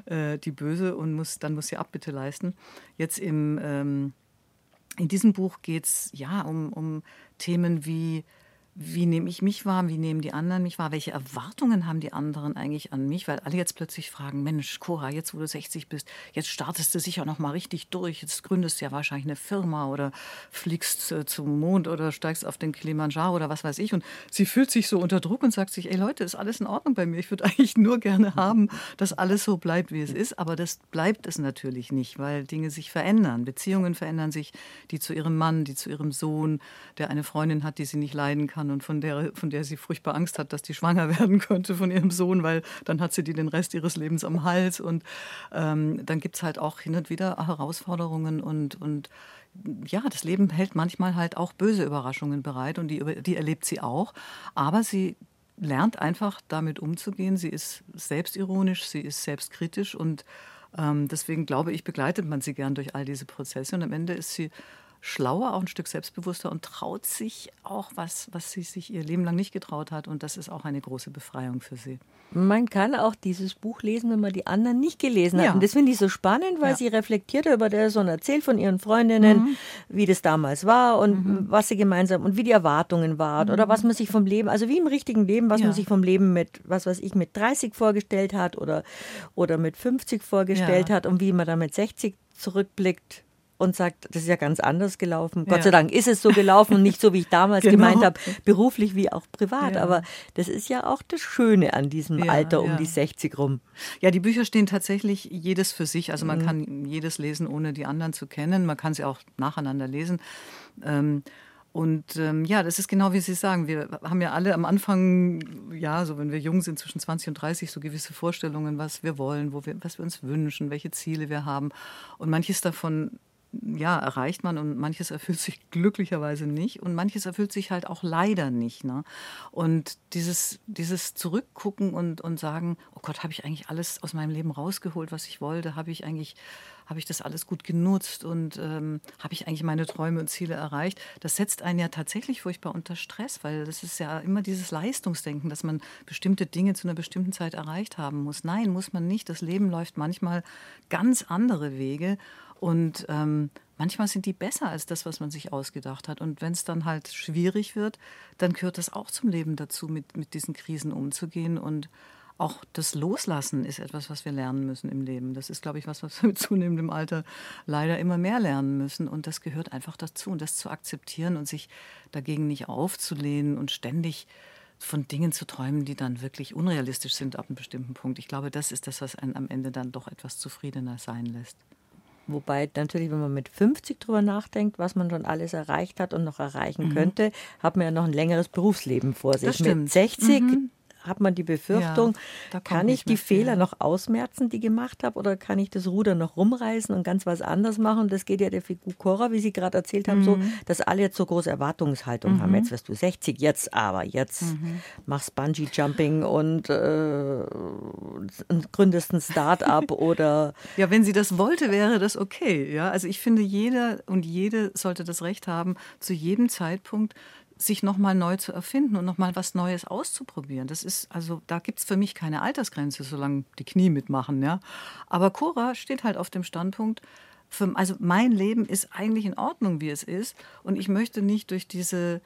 Böse und muss sie Abbitte leisten. Jetzt in diesem Buch geht es ja um Themen wie nehme ich mich wahr, wie nehmen die anderen mich wahr, welche Erwartungen haben die anderen eigentlich an mich, weil alle jetzt plötzlich fragen, Mensch, Cora, jetzt wo du 60 bist, jetzt startest du sicher noch mal richtig durch, jetzt gründest du ja wahrscheinlich eine Firma oder fliegst zum Mond oder steigst auf den Kilimanjaro oder was weiß ich und sie fühlt sich so unter Druck und sagt sich, ey Leute, ist alles in Ordnung bei mir, ich würde eigentlich nur gerne haben, dass alles so bleibt, wie es ist, aber das bleibt es natürlich nicht, weil Dinge sich verändern, Beziehungen verändern sich, die zu ihrem Mann, die zu ihrem Sohn, der eine Freundin hat, die sie nicht leiden kann und von der sie furchtbar Angst hat, dass die schwanger werden könnte von ihrem Sohn, weil dann hat sie die den Rest ihres Lebens am Hals. Und dann gibt es halt auch hin und wieder Herausforderungen und ja, das Leben hält manchmal halt auch böse Überraschungen bereit und die erlebt sie auch. Aber sie lernt einfach damit umzugehen. Sie ist selbstironisch, sie ist selbstkritisch und deswegen glaube ich, begleitet man sie gern durch all diese Prozesse und am Ende ist sie schlauer, auch ein Stück selbstbewusster und traut sich auch was sie sich ihr Leben lang nicht getraut hat. Und das ist auch eine große Befreiung für sie. Man kann auch dieses Buch lesen, wenn man die anderen nicht gelesen hat. Ja. Und das finde ich so spannend, weil sie reflektiert über das und erzählt von ihren Freundinnen, wie das damals war und was sie gemeinsam und wie die Erwartungen waren oder was man sich vom Leben, also wie im richtigen Leben, was man sich vom Leben mit 30 vorgestellt hat oder mit 50 vorgestellt hat und wie man dann mit 60 zurückblickt. Und sagt, das ist ja ganz anders gelaufen. Gott sei Dank ist es so gelaufen und nicht so, wie ich damals gemeint habe, beruflich wie auch privat. Aber das ist ja auch das Schöne an diesem Alter um die 60 rum. Ja, die Bücher stehen tatsächlich jedes für sich. Also man kann jedes lesen, ohne die anderen zu kennen. Man kann sie auch nacheinander lesen. Ja, das ist genau wie Sie sagen. Wir haben ja alle am Anfang, ja, so wenn wir jung sind, zwischen 20 und 30, so gewisse Vorstellungen, was wir wollen, was wir uns wünschen, welche Ziele wir haben. Und manches davon erreicht man und manches erfüllt sich glücklicherweise nicht und manches erfüllt sich halt auch leider nicht. Ne? Und dieses Zurückgucken und sagen, oh Gott, habe ich eigentlich alles aus meinem Leben rausgeholt, was ich wollte? Habe ich das alles gut genutzt und habe ich eigentlich meine Träume und Ziele erreicht? Das setzt einen ja tatsächlich furchtbar unter Stress, weil das ist ja immer dieses Leistungsdenken, dass man bestimmte Dinge zu einer bestimmten Zeit erreicht haben muss. Nein, muss man nicht. Das Leben läuft manchmal ganz andere Wege. Und manchmal sind die besser als das, was man sich ausgedacht hat. Und wenn es dann halt schwierig wird, dann gehört das auch zum Leben dazu, mit diesen Krisen umzugehen. Und auch das Loslassen ist etwas, was wir lernen müssen im Leben. Das ist, glaube ich, was wir mit zunehmendem Alter leider immer mehr lernen müssen. Und das gehört einfach dazu. Und das zu akzeptieren und sich dagegen nicht aufzulehnen und ständig von Dingen zu träumen, die dann wirklich unrealistisch sind ab einem bestimmten Punkt. Ich glaube, das ist das, was einen am Ende dann doch etwas zufriedener sein lässt. Wobei natürlich, wenn man mit 50 drüber nachdenkt, was man schon alles erreicht hat und noch erreichen könnte, hat man ja noch ein längeres Berufsleben vor sich. Das stimmt. Mit 60 hat man die Befürchtung, kann ich die Fehler noch ausmerzen, die ich gemacht habe, oder kann ich das Ruder noch rumreißen und ganz was anderes machen? Und das geht ja der Figur Cora, wie Sie gerade erzählt haben, so, dass alle jetzt so große Erwartungshaltung haben. Jetzt wirst du 60, jetzt machst Bungee-Jumping und gründest ein Start-up oder... Ja, wenn sie das wollte, wäre das okay. Ja? Also ich finde, jeder und jede sollte das Recht haben, zu jedem Zeitpunkt sich nochmal neu zu erfinden und nochmal was Neues auszuprobieren. Das ist, also da gibt es für mich keine Altersgrenze, solange die Knie mitmachen. Ja? Aber Cora steht halt auf dem Standpunkt, also mein Leben ist eigentlich in Ordnung, wie es ist. Und ich möchte nicht durch diese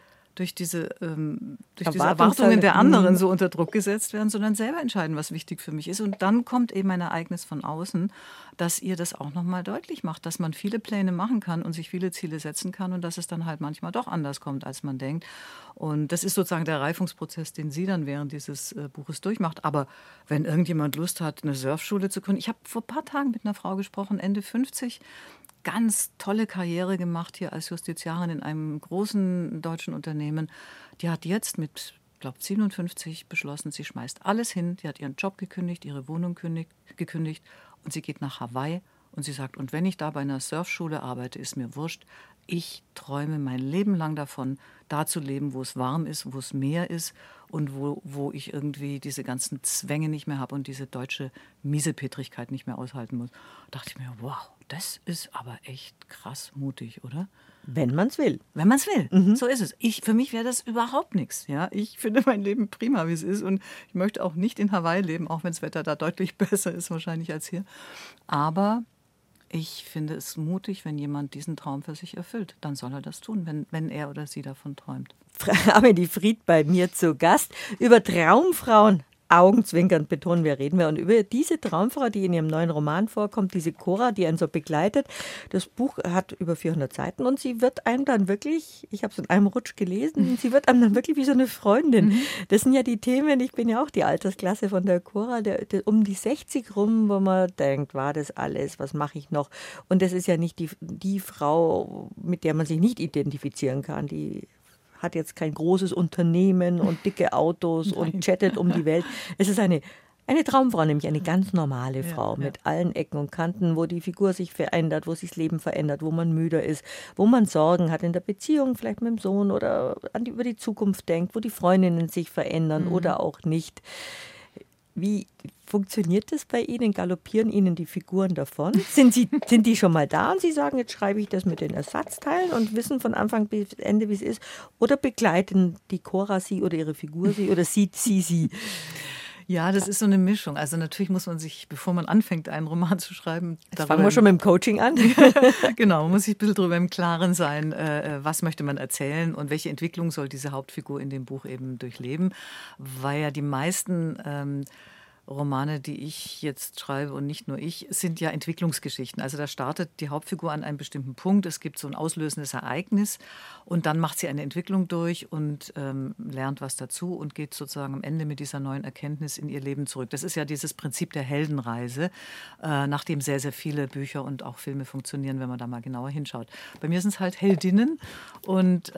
Erwartungen der anderen so unter Druck gesetzt werden, sondern selber entscheiden, was wichtig für mich ist. Und dann kommt eben ein Ereignis von außen, das ihr das auch nochmal deutlich macht, dass man viele Pläne machen kann und sich viele Ziele setzen kann und dass es dann halt manchmal doch anders kommt, als man denkt. Und das ist sozusagen der Reifungsprozess, den sie dann während dieses Buches durchmacht. Aber wenn irgendjemand Lust hat, eine Surfschule zu gründen, ich habe vor ein paar Tagen mit einer Frau gesprochen, Ende 50, ganz tolle Karriere gemacht hier als Justiziarin in einem großen deutschen Unternehmen. Die hat jetzt mit, glaube 57 beschlossen, sie schmeißt alles hin. Die hat ihren Job gekündigt, ihre Wohnung gekündigt und sie geht nach Hawaii. Und sie sagt, und wenn ich da bei einer Surfschule arbeite, ist mir wurscht. Ich träume mein Leben lang davon, da zu leben, wo es warm ist, wo es Meer ist und wo ich irgendwie diese ganzen Zwänge nicht mehr habe und diese deutsche Miesepetrigkeit nicht mehr aushalten muss. Da dachte ich mir, wow, das ist aber echt krass mutig, oder? Wenn man es will. Wenn man es will, so ist es. Für mich wäre das überhaupt nichts. Ja? Ich finde mein Leben prima, wie es ist und ich möchte auch nicht in Hawaii leben, auch wenn das Wetter da deutlich besser ist wahrscheinlich als hier. Aber ich finde es mutig, wenn jemand diesen Traum für sich erfüllt. Dann soll er das tun, wenn er oder sie davon träumt. Amelie Fried bei mir zu Gast. Über Traumfrauen, augenzwinkernd betonen wir, reden wir. Und über diese Traumfrau, die in ihrem neuen Roman vorkommt, diese Cora, die einen so begleitet. Das Buch hat über 400 Seiten und sie wird einem dann wirklich, ich habe es in einem Rutsch gelesen, sie wird einem dann wirklich wie so eine Freundin. Das sind ja die Themen, ich bin ja auch die Altersklasse von der Cora, um die 60 rum, wo man denkt, war das alles, was mache ich noch? Und das ist ja nicht die Frau, mit der man sich nicht identifizieren kann, die hat jetzt kein großes Unternehmen und dicke Autos und chattet um die Welt. Es ist eine Traumfrau, nämlich eine ganz normale Frau mit allen Ecken und Kanten, wo die Figur sich verändert, wo sich das Leben verändert, wo man müder ist, wo man Sorgen hat in der Beziehung, vielleicht mit dem Sohn oder über die Zukunft denkt, wo die Freundinnen sich verändern oder auch nicht. Wie funktioniert das bei Ihnen? Galoppieren Ihnen die Figuren davon? Sind die schon mal da und Sie sagen, jetzt schreibe ich das mit den Ersatzteilen und wissen von Anfang bis Ende, wie es ist? Oder begleiten die Cora Sie oder Ihre Figur Sie oder sieht sie? Ja, das ist so eine Mischung. Also natürlich muss man sich, bevor man anfängt, einen Roman zu schreiben... Fangen wir schon mit dem Coaching an. Genau, man muss sich ein bisschen darüber im Klaren sein, was möchte man erzählen und welche Entwicklung soll diese Hauptfigur in dem Buch eben durchleben. Weil ja die meisten Romane, die ich jetzt schreibe und nicht nur ich, sind ja Entwicklungsgeschichten. Also da startet die Hauptfigur an einem bestimmten Punkt, es gibt so ein auslösendes Ereignis und dann macht sie eine Entwicklung durch und lernt was dazu und geht sozusagen am Ende mit dieser neuen Erkenntnis in ihr Leben zurück. Das ist ja dieses Prinzip der Heldenreise, nach dem sehr, sehr viele Bücher und auch Filme funktionieren, wenn man da mal genauer hinschaut. Bei mir sind es halt Heldinnen und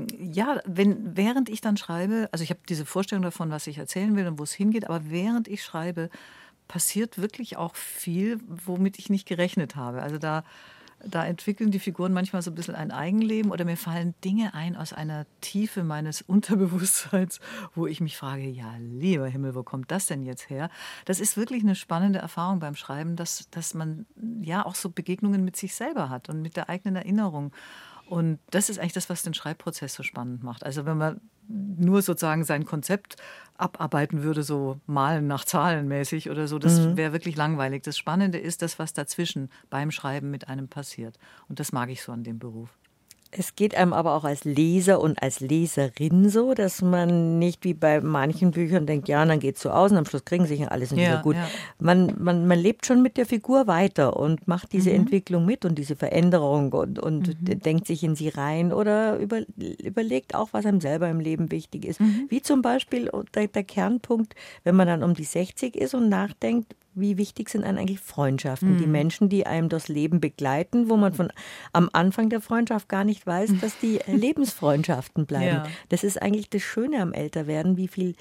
während ich dann schreibe, also ich habe diese Vorstellung davon, was ich erzählen will und wo es hingeht, aber während ich schreibe, passiert wirklich auch viel, womit ich nicht gerechnet habe. Also da entwickeln die Figuren manchmal so ein bisschen ein Eigenleben oder mir fallen Dinge ein aus einer Tiefe meines Unterbewusstseins, wo ich mich frage, ja, lieber Himmel, wo kommt das denn jetzt her? Das ist wirklich eine spannende Erfahrung beim Schreiben, dass man ja auch so Begegnungen mit sich selber hat und mit der eigenen Erinnerung. Und das ist eigentlich das, was den Schreibprozess so spannend macht. Also wenn man nur sozusagen sein Konzept abarbeiten würde, so malen nach Zahlen mäßig oder so, das wäre wirklich langweilig. Das Spannende ist das, was dazwischen beim Schreiben mit einem passiert. Und das mag ich so an dem Beruf. Es geht einem aber auch als Leser und als Leserin so, dass man nicht wie bei manchen Büchern denkt, ja, und dann geht es so aus und am Schluss kriegen sie sich alles wieder gut. Ja. Man lebt schon mit der Figur weiter und macht diese Entwicklung mit und diese Veränderung und denkt sich in sie rein oder überlegt auch, was einem selber im Leben wichtig ist. Wie zum Beispiel der Kernpunkt, wenn man dann um die 60 ist und nachdenkt, wie wichtig sind einem eigentlich Freundschaften? Die Menschen, die einem das Leben begleiten, wo man am Anfang der Freundschaft gar nicht weiß, dass die Lebensfreundschaften bleiben. Ja. Das ist eigentlich das Schöne am Älterwerden, wie viel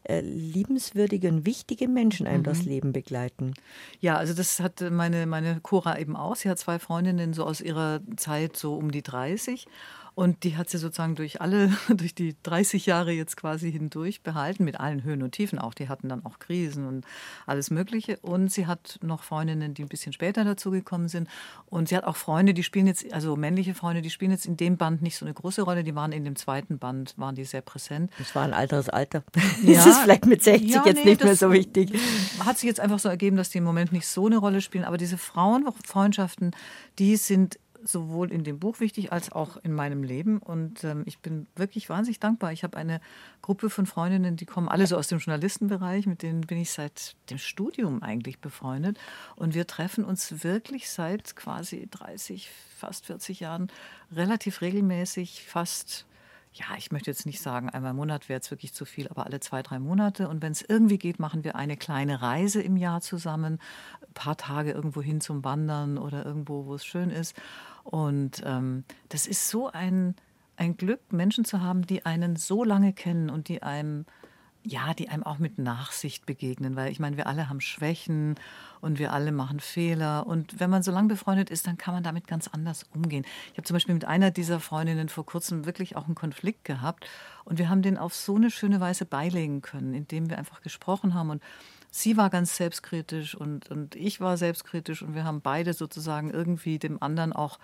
liebenswürdige und wichtige Menschen einem das Leben begleiten. Ja, also das hat meine Cora eben auch. Sie hat 2 Freundinnen so aus ihrer Zeit so um die 30. Und die hat sie sozusagen durch die 30 Jahre jetzt quasi hindurch behalten, mit allen Höhen und Tiefen auch. Die hatten dann auch Krisen und alles Mögliche. Und sie hat noch Freundinnen, die ein bisschen später dazugekommen sind. Und sie hat auch Freunde, die spielen jetzt, also männliche Freunde, die spielen jetzt in dem Band nicht so eine große Rolle. Die waren in dem 2. Band, waren die sehr präsent. Das war ein alteres Alter. Ja, das ist vielleicht mit 60 jetzt nicht mehr so wichtig. Hat sich jetzt einfach so ergeben, dass die im Moment nicht so eine Rolle spielen. Aber diese Frauenfreundschaften, die sind sowohl in dem Buch wichtig als auch in meinem Leben. Und ich bin wirklich wahnsinnig dankbar. Ich habe eine Gruppe von Freundinnen, die kommen alle so aus dem Journalistenbereich. Mit denen bin ich seit dem Studium eigentlich befreundet. Und wir treffen uns wirklich seit quasi 30, fast 40 Jahren relativ regelmäßig, fast... Ja, ich möchte jetzt nicht sagen, einmal im Monat wäre jetzt wirklich zu viel, aber alle 2, 3 Monate. Und wenn es irgendwie geht, machen wir eine kleine Reise im Jahr zusammen. Ein paar Tage irgendwo hin zum Wandern oder irgendwo, wo es schön ist. Und das ist so ein Glück, Menschen zu haben, die einen so lange kennen und die einem auch mit Nachsicht begegnen. Weil ich meine, wir alle haben Schwächen und wir alle machen Fehler. Und wenn man so lange befreundet ist, dann kann man damit ganz anders umgehen. Ich habe zum Beispiel mit einer dieser Freundinnen vor kurzem wirklich auch einen Konflikt gehabt. Und wir haben den auf so eine schöne Weise beilegen können, indem wir einfach gesprochen haben. Und sie war ganz selbstkritisch und ich war selbstkritisch. Und wir haben beide sozusagen irgendwie dem anderen auch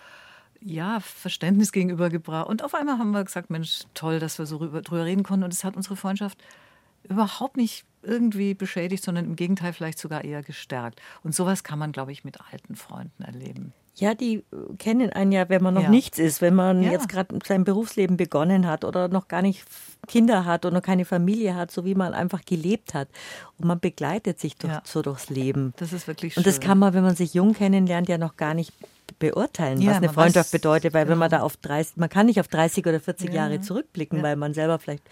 Verständnis gegenübergebracht. Und auf einmal haben wir gesagt, Mensch, toll, dass wir so drüber reden konnten. Und es hat unsere Freundschaft überhaupt nicht irgendwie beschädigt, sondern im Gegenteil vielleicht sogar eher gestärkt. Und sowas kann man, glaube ich, mit alten Freunden erleben. Ja, die kennen einen ja, wenn man noch nichts ist, wenn man jetzt gerade sein Berufsleben begonnen hat oder noch gar nicht Kinder hat oder noch keine Familie hat, so wie man einfach gelebt hat. Und man begleitet sich durchs Leben. Das ist wirklich schön. Und das kann man, wenn man sich jung kennenlernt, ja noch gar nicht beurteilen, was eine Freundschaft bedeutet, weil wenn man da man kann nicht auf 30 oder 40 Jahre zurückblicken, weil man selber vielleicht,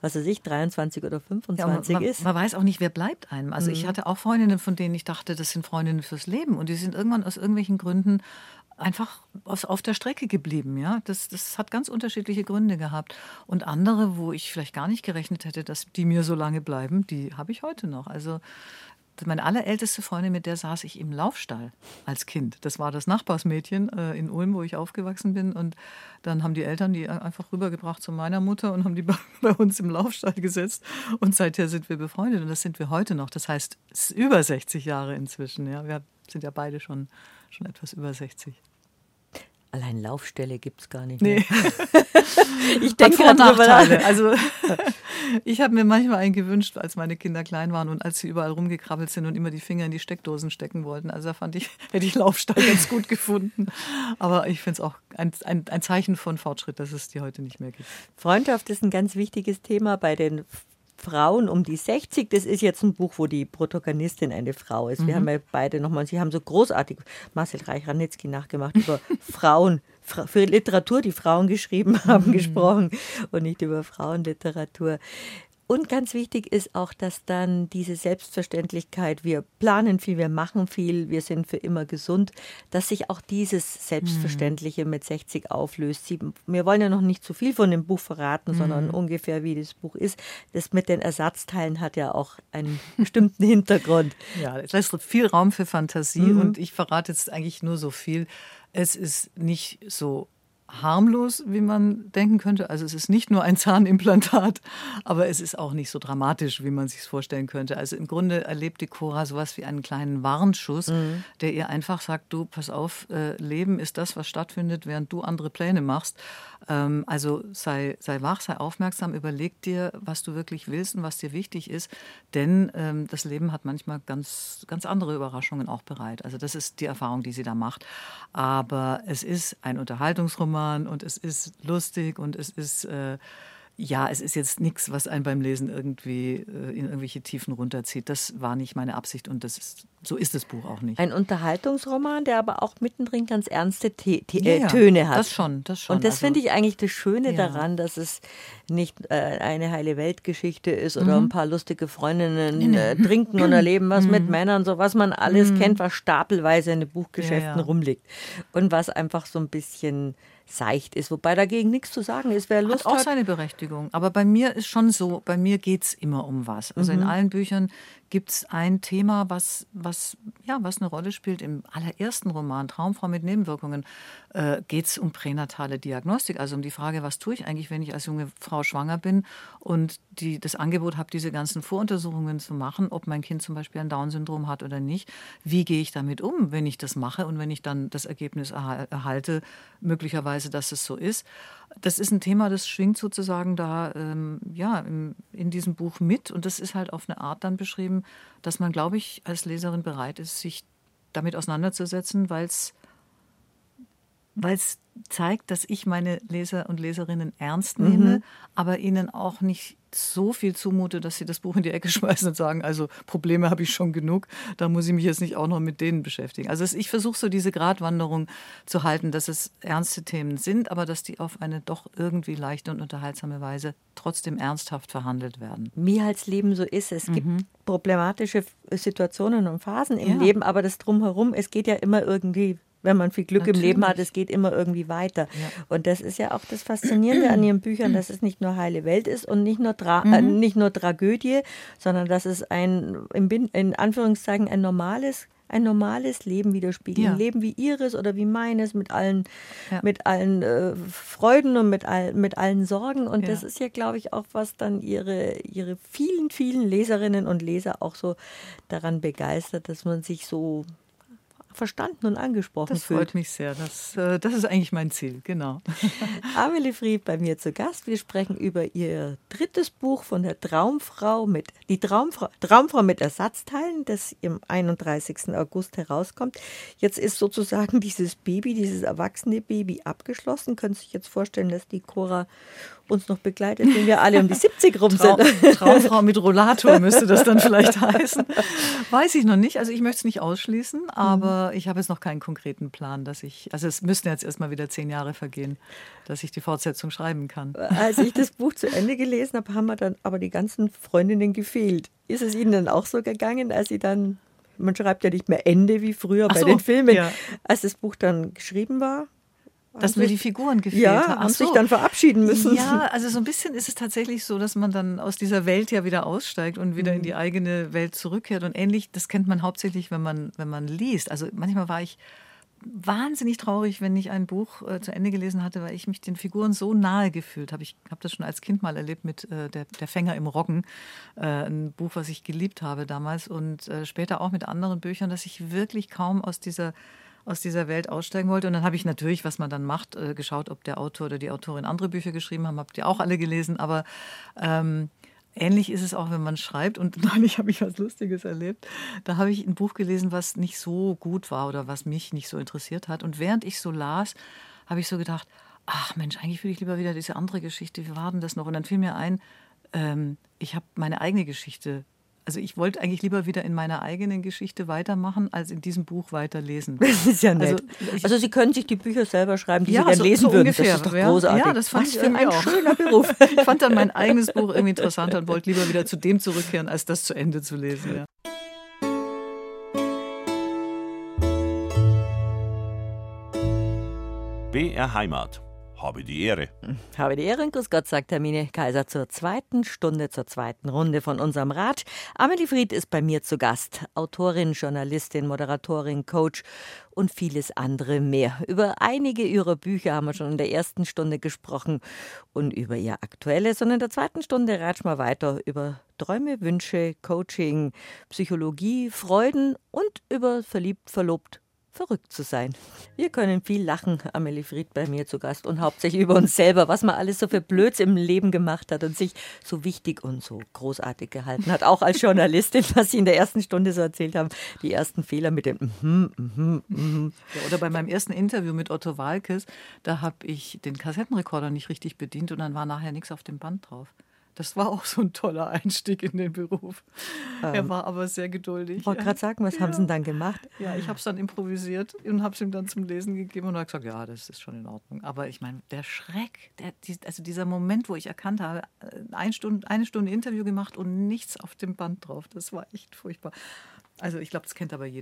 23 oder 25 ist. Man weiß auch nicht, wer bleibt einem. Also ich hatte auch Freundinnen, von denen ich dachte, das sind Freundinnen fürs Leben und die sind irgendwann aus irgendwelchen Gründen einfach auf der Strecke geblieben. Ja? Das hat ganz unterschiedliche Gründe gehabt. Und andere, wo ich vielleicht gar nicht gerechnet hätte, dass die mir so lange bleiben, die habe ich heute noch. Also meine allerälteste Freundin, mit der saß ich im Laufstall als Kind. Das war das Nachbarsmädchen in Ulm, wo ich aufgewachsen bin. Und dann haben die Eltern die einfach rübergebracht zu meiner Mutter und haben die bei uns im Laufstall gesetzt. Und seither sind wir befreundet und das sind wir heute noch. Das heißt, es ist über 60 Jahre inzwischen. Ja. Wir sind ja beide schon etwas über 60. Allein Laufstelle gibt es gar nicht mehr. Nee. Ich denke an Nachteile. Also ich habe mir manchmal einen gewünscht, als meine Kinder klein waren und als sie überall rumgekrabbelt sind und immer die Finger in die Steckdosen stecken wollten. Also da hätte ich Laufstall ganz gut gefunden. Aber ich finde es auch ein Zeichen von Fortschritt, dass es die heute nicht mehr gibt. Freundschaft ist ein ganz wichtiges Thema bei den Frauen um die 60. Das ist jetzt ein Buch, wo die Protagonistin eine Frau ist. Wir haben ja beide nochmal, sie haben so großartig Marcel Reich-Ranitzky nachgemacht über Frauen, für Literatur, die Frauen geschrieben haben, gesprochen und nicht über Frauenliteratur. Und ganz wichtig ist auch, dass dann diese Selbstverständlichkeit, wir planen viel, wir machen viel, wir sind für immer gesund, dass sich auch dieses Selbstverständliche mit 60 auflöst. Wir wollen ja noch nicht zu viel von dem Buch verraten, sondern ungefähr wie das Buch ist. Das mit den Ersatzteilen hat ja auch einen bestimmten Hintergrund. Ja, es lässt viel Raum für Fantasie und ich verrate jetzt eigentlich nur so viel. Es ist nicht so harmlos, wie man denken könnte. Also es ist nicht nur ein Zahnimplantat, aber es ist auch nicht so dramatisch, wie man sich es vorstellen könnte. Also im Grunde erlebt die Cora sowas wie einen kleinen Warnschuss, der ihr einfach sagt, du, pass auf, Leben ist das, was stattfindet, während du andere Pläne machst. Also sei wach, sei aufmerksam, überleg dir, was du wirklich willst und was dir wichtig ist, denn das Leben hat manchmal ganz, ganz andere Überraschungen auch bereit. Also das ist die Erfahrung, die sie da macht. Aber es ist ein Unterhaltungsroman und es ist lustig und es ist es ist jetzt nichts, was einen beim Lesen irgendwie in irgendwelche Tiefen runterzieht. Das war nicht meine Absicht und so ist das Buch auch nicht. Ein Unterhaltungsroman, der aber auch mittendrin ganz ernste Töne hat. Das schon. Und das finde ich eigentlich das Schöne daran, dass es nicht eine heile Weltgeschichte ist oder ein paar lustige Freundinnen trinken und erleben was mit Männern, so was man alles kennt, was stapelweise in den Buchgeschäften rumliegt. Und was einfach so ein bisschen seicht ist, wobei dagegen nichts zu sagen ist. Wer Lust hat auch seine Berechtigung. Aber bei mir ist schon so, bei mir geht es immer um was. Also in allen Büchern gibt es ein Thema, was eine Rolle spielt. Im allerersten Roman, Traumfrau mit Nebenwirkungen, geht es um pränatale Diagnostik, also um die Frage, was tue ich eigentlich, wenn ich als junge Frau schwanger bin und das Angebot habe, diese ganzen Voruntersuchungen zu machen, ob mein Kind zum Beispiel ein Down-Syndrom hat oder nicht. Wie gehe ich damit um, wenn ich das mache und wenn ich dann das Ergebnis erhalte, möglicherweise, dass es so ist. Das ist ein Thema, das schwingt sozusagen da in diesem Buch mit und das ist halt auf eine Art dann beschrieben, dass man, glaube ich, als Leserin bereit ist, sich damit auseinanderzusetzen, weil es zeigt, dass ich meine Leser und Leserinnen ernst nehme, aber ihnen auch nicht so viel zumute, dass sie das Buch in die Ecke schmeißen und sagen, also Probleme habe ich schon genug, da muss ich mich jetzt nicht auch noch mit denen beschäftigen. Also ich versuche so diese Gratwanderung zu halten, dass es ernste Themen sind, aber dass die auf eine doch irgendwie leichte und unterhaltsame Weise trotzdem ernsthaft verhandelt werden. Wie halt das Leben so ist. Es gibt problematische Situationen und Phasen im Leben, aber das Drumherum, es geht ja immer irgendwie, wenn man viel Glück im Leben hat, es geht immer irgendwie weiter. Ja. Und das ist ja auch das Faszinierende an ihren Büchern, dass es nicht nur heile Welt ist und nicht nur Tragödie, sondern dass es in Anführungszeichen ein normales Leben widerspiegelt. Ja. Ein Leben wie ihres oder wie meines, mit allen Freuden und mit allen Sorgen. Und das ist ja, glaube ich, auch, was dann ihre vielen, vielen Leserinnen und Leser auch so daran begeistert, dass man sich so verstanden und angesprochen fühlt. Das freut mich sehr. Das ist eigentlich mein Ziel, genau. Amelie Fried bei mir zu Gast. Wir sprechen über ihr drittes Buch von der Traumfrau mit Ersatzteilen, das am 31. August herauskommt. Jetzt ist sozusagen dieses erwachsene Baby abgeschlossen. Können Sie sich jetzt vorstellen, dass die Cora uns noch begleitet, wenn wir alle um die 70 rum sind. Traumfrau mit Rollator müsste das dann vielleicht heißen. Weiß ich noch nicht. Also ich möchte es nicht ausschließen, aber ich habe jetzt noch keinen konkreten Plan, es müssten jetzt erstmal wieder 10 Jahre vergehen, dass ich die Fortsetzung schreiben kann. Als ich das Buch zu Ende gelesen habe, haben mir dann aber die ganzen Freundinnen gefehlt. Ist es Ihnen dann auch so gegangen, als Sie dann, man schreibt ja nicht mehr Ende wie früher bei den Filmen, als das Buch dann geschrieben war? Dass mir die Figuren gefehlt haben. Ja, haben sich dann verabschieden müssen. Ja, also so ein bisschen ist es tatsächlich so, dass man dann aus dieser Welt ja wieder aussteigt und wieder in die eigene Welt zurückkehrt. Und ähnlich, das kennt man hauptsächlich, wenn man liest. Also manchmal war ich wahnsinnig traurig, wenn ich ein Buch zu Ende gelesen hatte, weil ich mich den Figuren so nahe gefühlt habe. Ich habe das schon als Kind mal erlebt mit der Fänger im Roggen, ein Buch, was ich geliebt habe damals und später auch mit anderen Büchern, dass ich wirklich kaum aus dieser Welt aussteigen wollte. Und dann habe ich natürlich, was man dann macht, geschaut, ob der Autor oder die Autorin andere Bücher geschrieben haben. Habt ihr auch alle gelesen. Aber ähnlich ist es auch, wenn man schreibt. Und neulich habe ich was Lustiges erlebt. Da habe ich ein Buch gelesen, was nicht so gut war oder was mich nicht so interessiert hat. Und während ich so las, habe ich so gedacht, ach Mensch, eigentlich würde ich lieber wieder diese andere Geschichte. Wie war denn das noch? Und dann fiel mir ein, ich habe meine eigene Geschichte. Also ich wollte eigentlich lieber wieder in meiner eigenen Geschichte weitermachen, als in diesem Buch weiterlesen. Das ist ja nett. Also Sie können sich die Bücher selber schreiben, die Sie gerne lesen würden. Ungefähr. Das ist doch großartig. Ja, das fand ich irgendwie ein schöner Beruf. Ich fand dann mein eigenes Buch irgendwie interessanter und wollte lieber wieder zu dem zurückkehren, als das zu Ende zu lesen. Ja. BR Heimat. Habe die Ehre. Habe die Ehre und grüß Gott, sagt Hermine Kaiser zur zweiten Stunde, zur zweiten Runde von unserem Rat. Amelie Fried ist bei mir zu Gast. Autorin, Journalistin, Moderatorin, Coach und vieles andere mehr. Über einige ihrer Bücher haben wir schon in der ersten Stunde gesprochen und über ihr aktuelles. Und in der zweiten Stunde ratschen wir weiter über Träume, Wünsche, Coaching, Psychologie, Freuden und über verliebt, verlobt, verrückt zu sein. Wir können viel lachen, Amelie Fried bei mir zu Gast und hauptsächlich über uns selber, was man alles so für Blöds im Leben gemacht hat und sich so wichtig und so großartig gehalten hat. Auch als Journalistin, was Sie in der ersten Stunde so erzählt haben, die ersten Fehler mit dem Ja, oder bei meinem ersten Interview mit Otto Waalkes, da habe ich den Kassettenrekorder nicht richtig bedient und dann war nachher nichts auf dem Band drauf. Das war auch so ein toller Einstieg in den Beruf. Er war aber sehr geduldig. Ich wollte gerade sagen, was haben Sie denn dann gemacht? Ja, ich habe es dann improvisiert und habe es ihm dann zum Lesen gegeben und er hat gesagt, ja, das ist schon in Ordnung. Aber ich meine, der Schreck, also dieser Moment, wo ich erkannt habe, eine Stunde Interview gemacht und nichts auf dem Band drauf, das war echt furchtbar. Also ich glaube, das kennt aber jeder.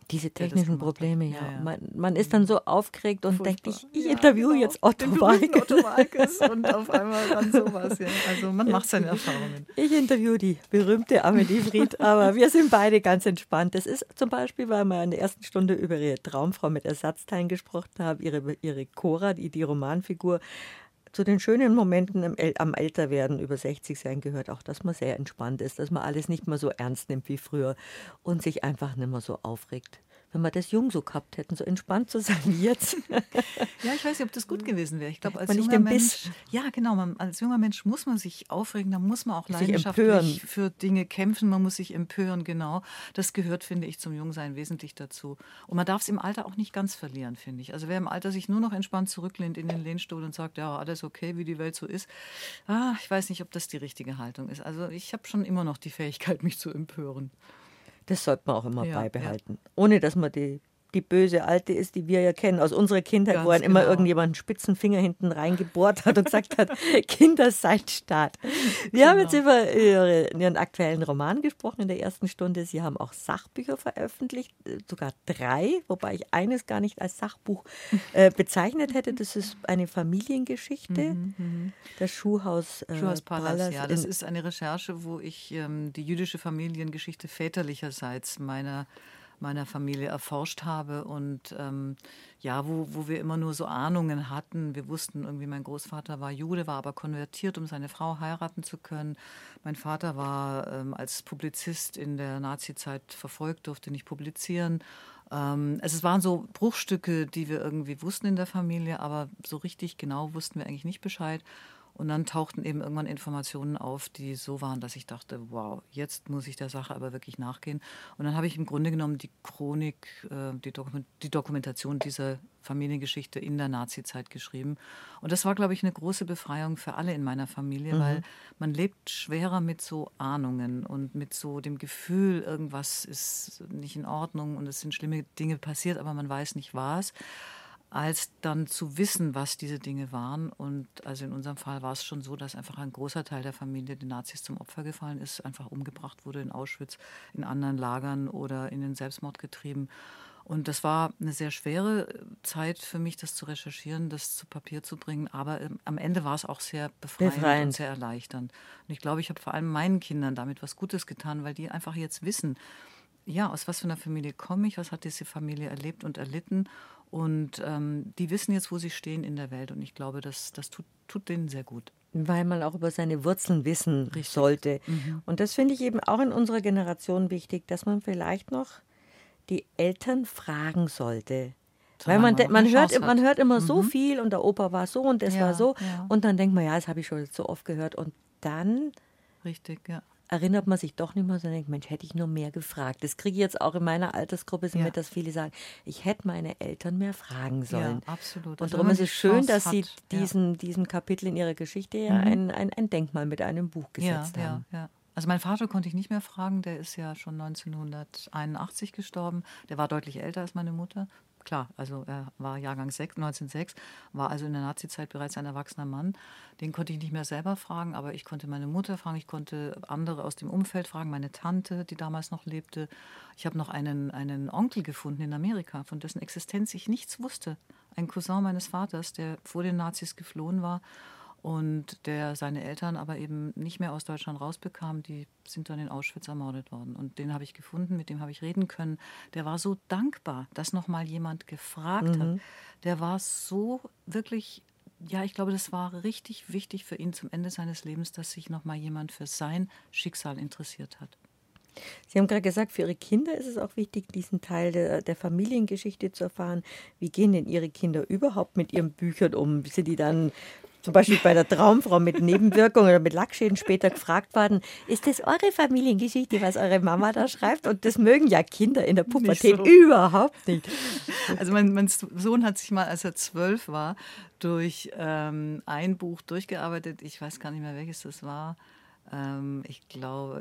Diese technischen Probleme, ja. Ja. Man ist dann so aufgeregt und denkt, ich Ja, interviewe jetzt Otto Walkes. Otto Walkes und auf einmal dann sowas. Ja. Also man macht seine Erfahrungen. Ich interviewe die berühmte Amelie Fried, aber wir sind beide ganz entspannt. Das ist zum Beispiel, weil wir in der ersten Stunde über ihre Traumfrau mit Ersatzteilen gesprochen haben, ihre Cora, die Romanfigur. Zu den schönen Momenten am Älterwerden, über 60 sein, gehört auch, dass man sehr entspannt ist, dass man alles nicht mehr so ernst nimmt wie früher und sich einfach nicht mehr so aufregt. Wenn wir das jung so gehabt hätten, so entspannt zu sein wie jetzt. Ja, ich weiß nicht, ob das gut gewesen wäre. Ich glaube, als Man nicht junger den Mensch, Biss. ja genau, als junger Mensch muss man sich aufregen, da muss man auch Sich leidenschaftlich empören. für Dinge kämpfen, man muss sich empören, genau. Das gehört, finde ich, zum Jungsein wesentlich dazu. Und man darf es im Alter auch nicht ganz verlieren, finde ich. Also wer im Alter sich nur noch entspannt zurücklehnt in den Lehnstuhl und sagt, ja, alles okay, wie die Welt so ist, ich weiß nicht, ob das die richtige Haltung ist. Also ich habe schon immer noch die Fähigkeit, mich zu empören. Das sollte man auch immer Ja, beibehalten. Ohne dass man die böse Alte ist, die wir ja kennen aus unserer Kindheit, Ganz wo einem immer genau. irgendjemand einen spitzen Finger hinten reingebohrt hat und gesagt hat, Kinder, seid stark. Wir haben jetzt über Ihren aktuellen Roman gesprochen in der ersten Stunde. Sie haben auch Sachbücher veröffentlicht, sogar 3, wobei ich eines gar nicht als Sachbuch bezeichnet hätte. Das ist eine Familiengeschichte, das Schuhhaus Schuhhaus-Pallas, ja. Das ist eine Recherche, wo ich die jüdische Familiengeschichte väterlicherseits meiner Familie erforscht habe und wo wir immer nur so Ahnungen hatten. Wir wussten irgendwie, mein Großvater war Jude, war aber konvertiert, um seine Frau heiraten zu können. Mein Vater war als Publizist in der Nazizeit verfolgt, durfte nicht publizieren. Es waren so Bruchstücke, die wir irgendwie wussten in der Familie, aber so richtig genau wussten wir eigentlich nicht Bescheid. Und dann tauchten eben irgendwann Informationen auf, die so waren, dass ich dachte, wow, jetzt muss ich der Sache aber wirklich nachgehen. Und dann habe ich im Grunde genommen die Chronik, die Dokumentation dieser Familiengeschichte in der Nazizeit geschrieben. Und das war, glaube ich, eine große Befreiung für alle in meiner Familie, weil man lebt schwerer mit so Ahnungen und mit so dem Gefühl, irgendwas ist nicht in Ordnung und es sind schlimme Dinge passiert, aber man weiß nicht was, als dann zu wissen, was diese Dinge waren. Und also in unserem Fall war es schon so, dass einfach ein großer Teil der Familie den Nazis zum Opfer gefallen ist, einfach umgebracht wurde in Auschwitz, in anderen Lagern oder in den Selbstmord getrieben. Und das war eine sehr schwere Zeit für mich, das zu recherchieren, das zu Papier zu bringen. Aber am Ende war es auch sehr befreiend und sehr erleichternd. Und ich glaube, ich habe vor allem meinen Kindern damit was Gutes getan, weil die einfach jetzt wissen, ja, aus was für einer Familie komme ich, was hat diese Familie erlebt und erlitten. Und die wissen jetzt, wo sie stehen in der Welt. Und ich glaube, das tut denen sehr gut. Weil man auch über seine Wurzeln wissen sollte. Und das finde ich eben auch in unserer Generation wichtig, dass man vielleicht noch die Eltern fragen sollte. Weil man hört immer so viel und der Opa war so und das war so. Ja. Und dann denkt man, ja, das habe ich schon so oft gehört. Und dann erinnert man sich doch nicht mehr, sondern denkt, Mensch, hätte ich nur mehr gefragt. Das kriege ich jetzt auch in meiner Altersgruppe so mit, dass viele sagen, ich hätte meine Eltern mehr fragen sollen. Ja, absolut. Und darum ist es schön, dass Sie diesem Kapitel in Ihrer Geschichte ein Denkmal mit einem Buch gesetzt haben. Ja. Also meinen Vater konnte ich nicht mehr fragen, der ist ja schon 1981 gestorben. Der war deutlich älter als meine Mutter. Klar, also er war Jahrgang 1906, war also in der Nazizeit bereits ein erwachsener Mann. Den konnte ich nicht mehr selber fragen, aber ich konnte meine Mutter fragen, ich konnte andere aus dem Umfeld fragen, meine Tante, die damals noch lebte. Ich habe noch einen Onkel gefunden in Amerika, von dessen Existenz ich nichts wusste. Ein Cousin meines Vaters, der vor den Nazis geflohen war und der seine Eltern aber eben nicht mehr aus Deutschland rausbekam, die sind dann in Auschwitz ermordet worden. Und den habe ich gefunden, mit dem habe ich reden können. Der war so dankbar, dass noch mal jemand gefragt hat. Der war so wirklich, ja, ich glaube, das war richtig wichtig für ihn zum Ende seines Lebens, dass sich noch mal jemand für sein Schicksal interessiert hat. Sie haben gerade gesagt, für Ihre Kinder ist es auch wichtig, diesen Teil der Familiengeschichte zu erfahren. Wie gehen denn Ihre Kinder überhaupt mit ihren Büchern um? Sind die dann zum Beispiel bei der Traumfrau mit Nebenwirkungen oder mit Lackschäden später gefragt worden, ist das eure Familiengeschichte, was eure Mama da schreibt? Und das mögen ja Kinder in der Pubertät überhaupt nicht. Also mein Sohn hat sich mal, als er 12 war, durch ein Buch durchgearbeitet. Ich weiß gar nicht mehr, welches das war. Ich glaube,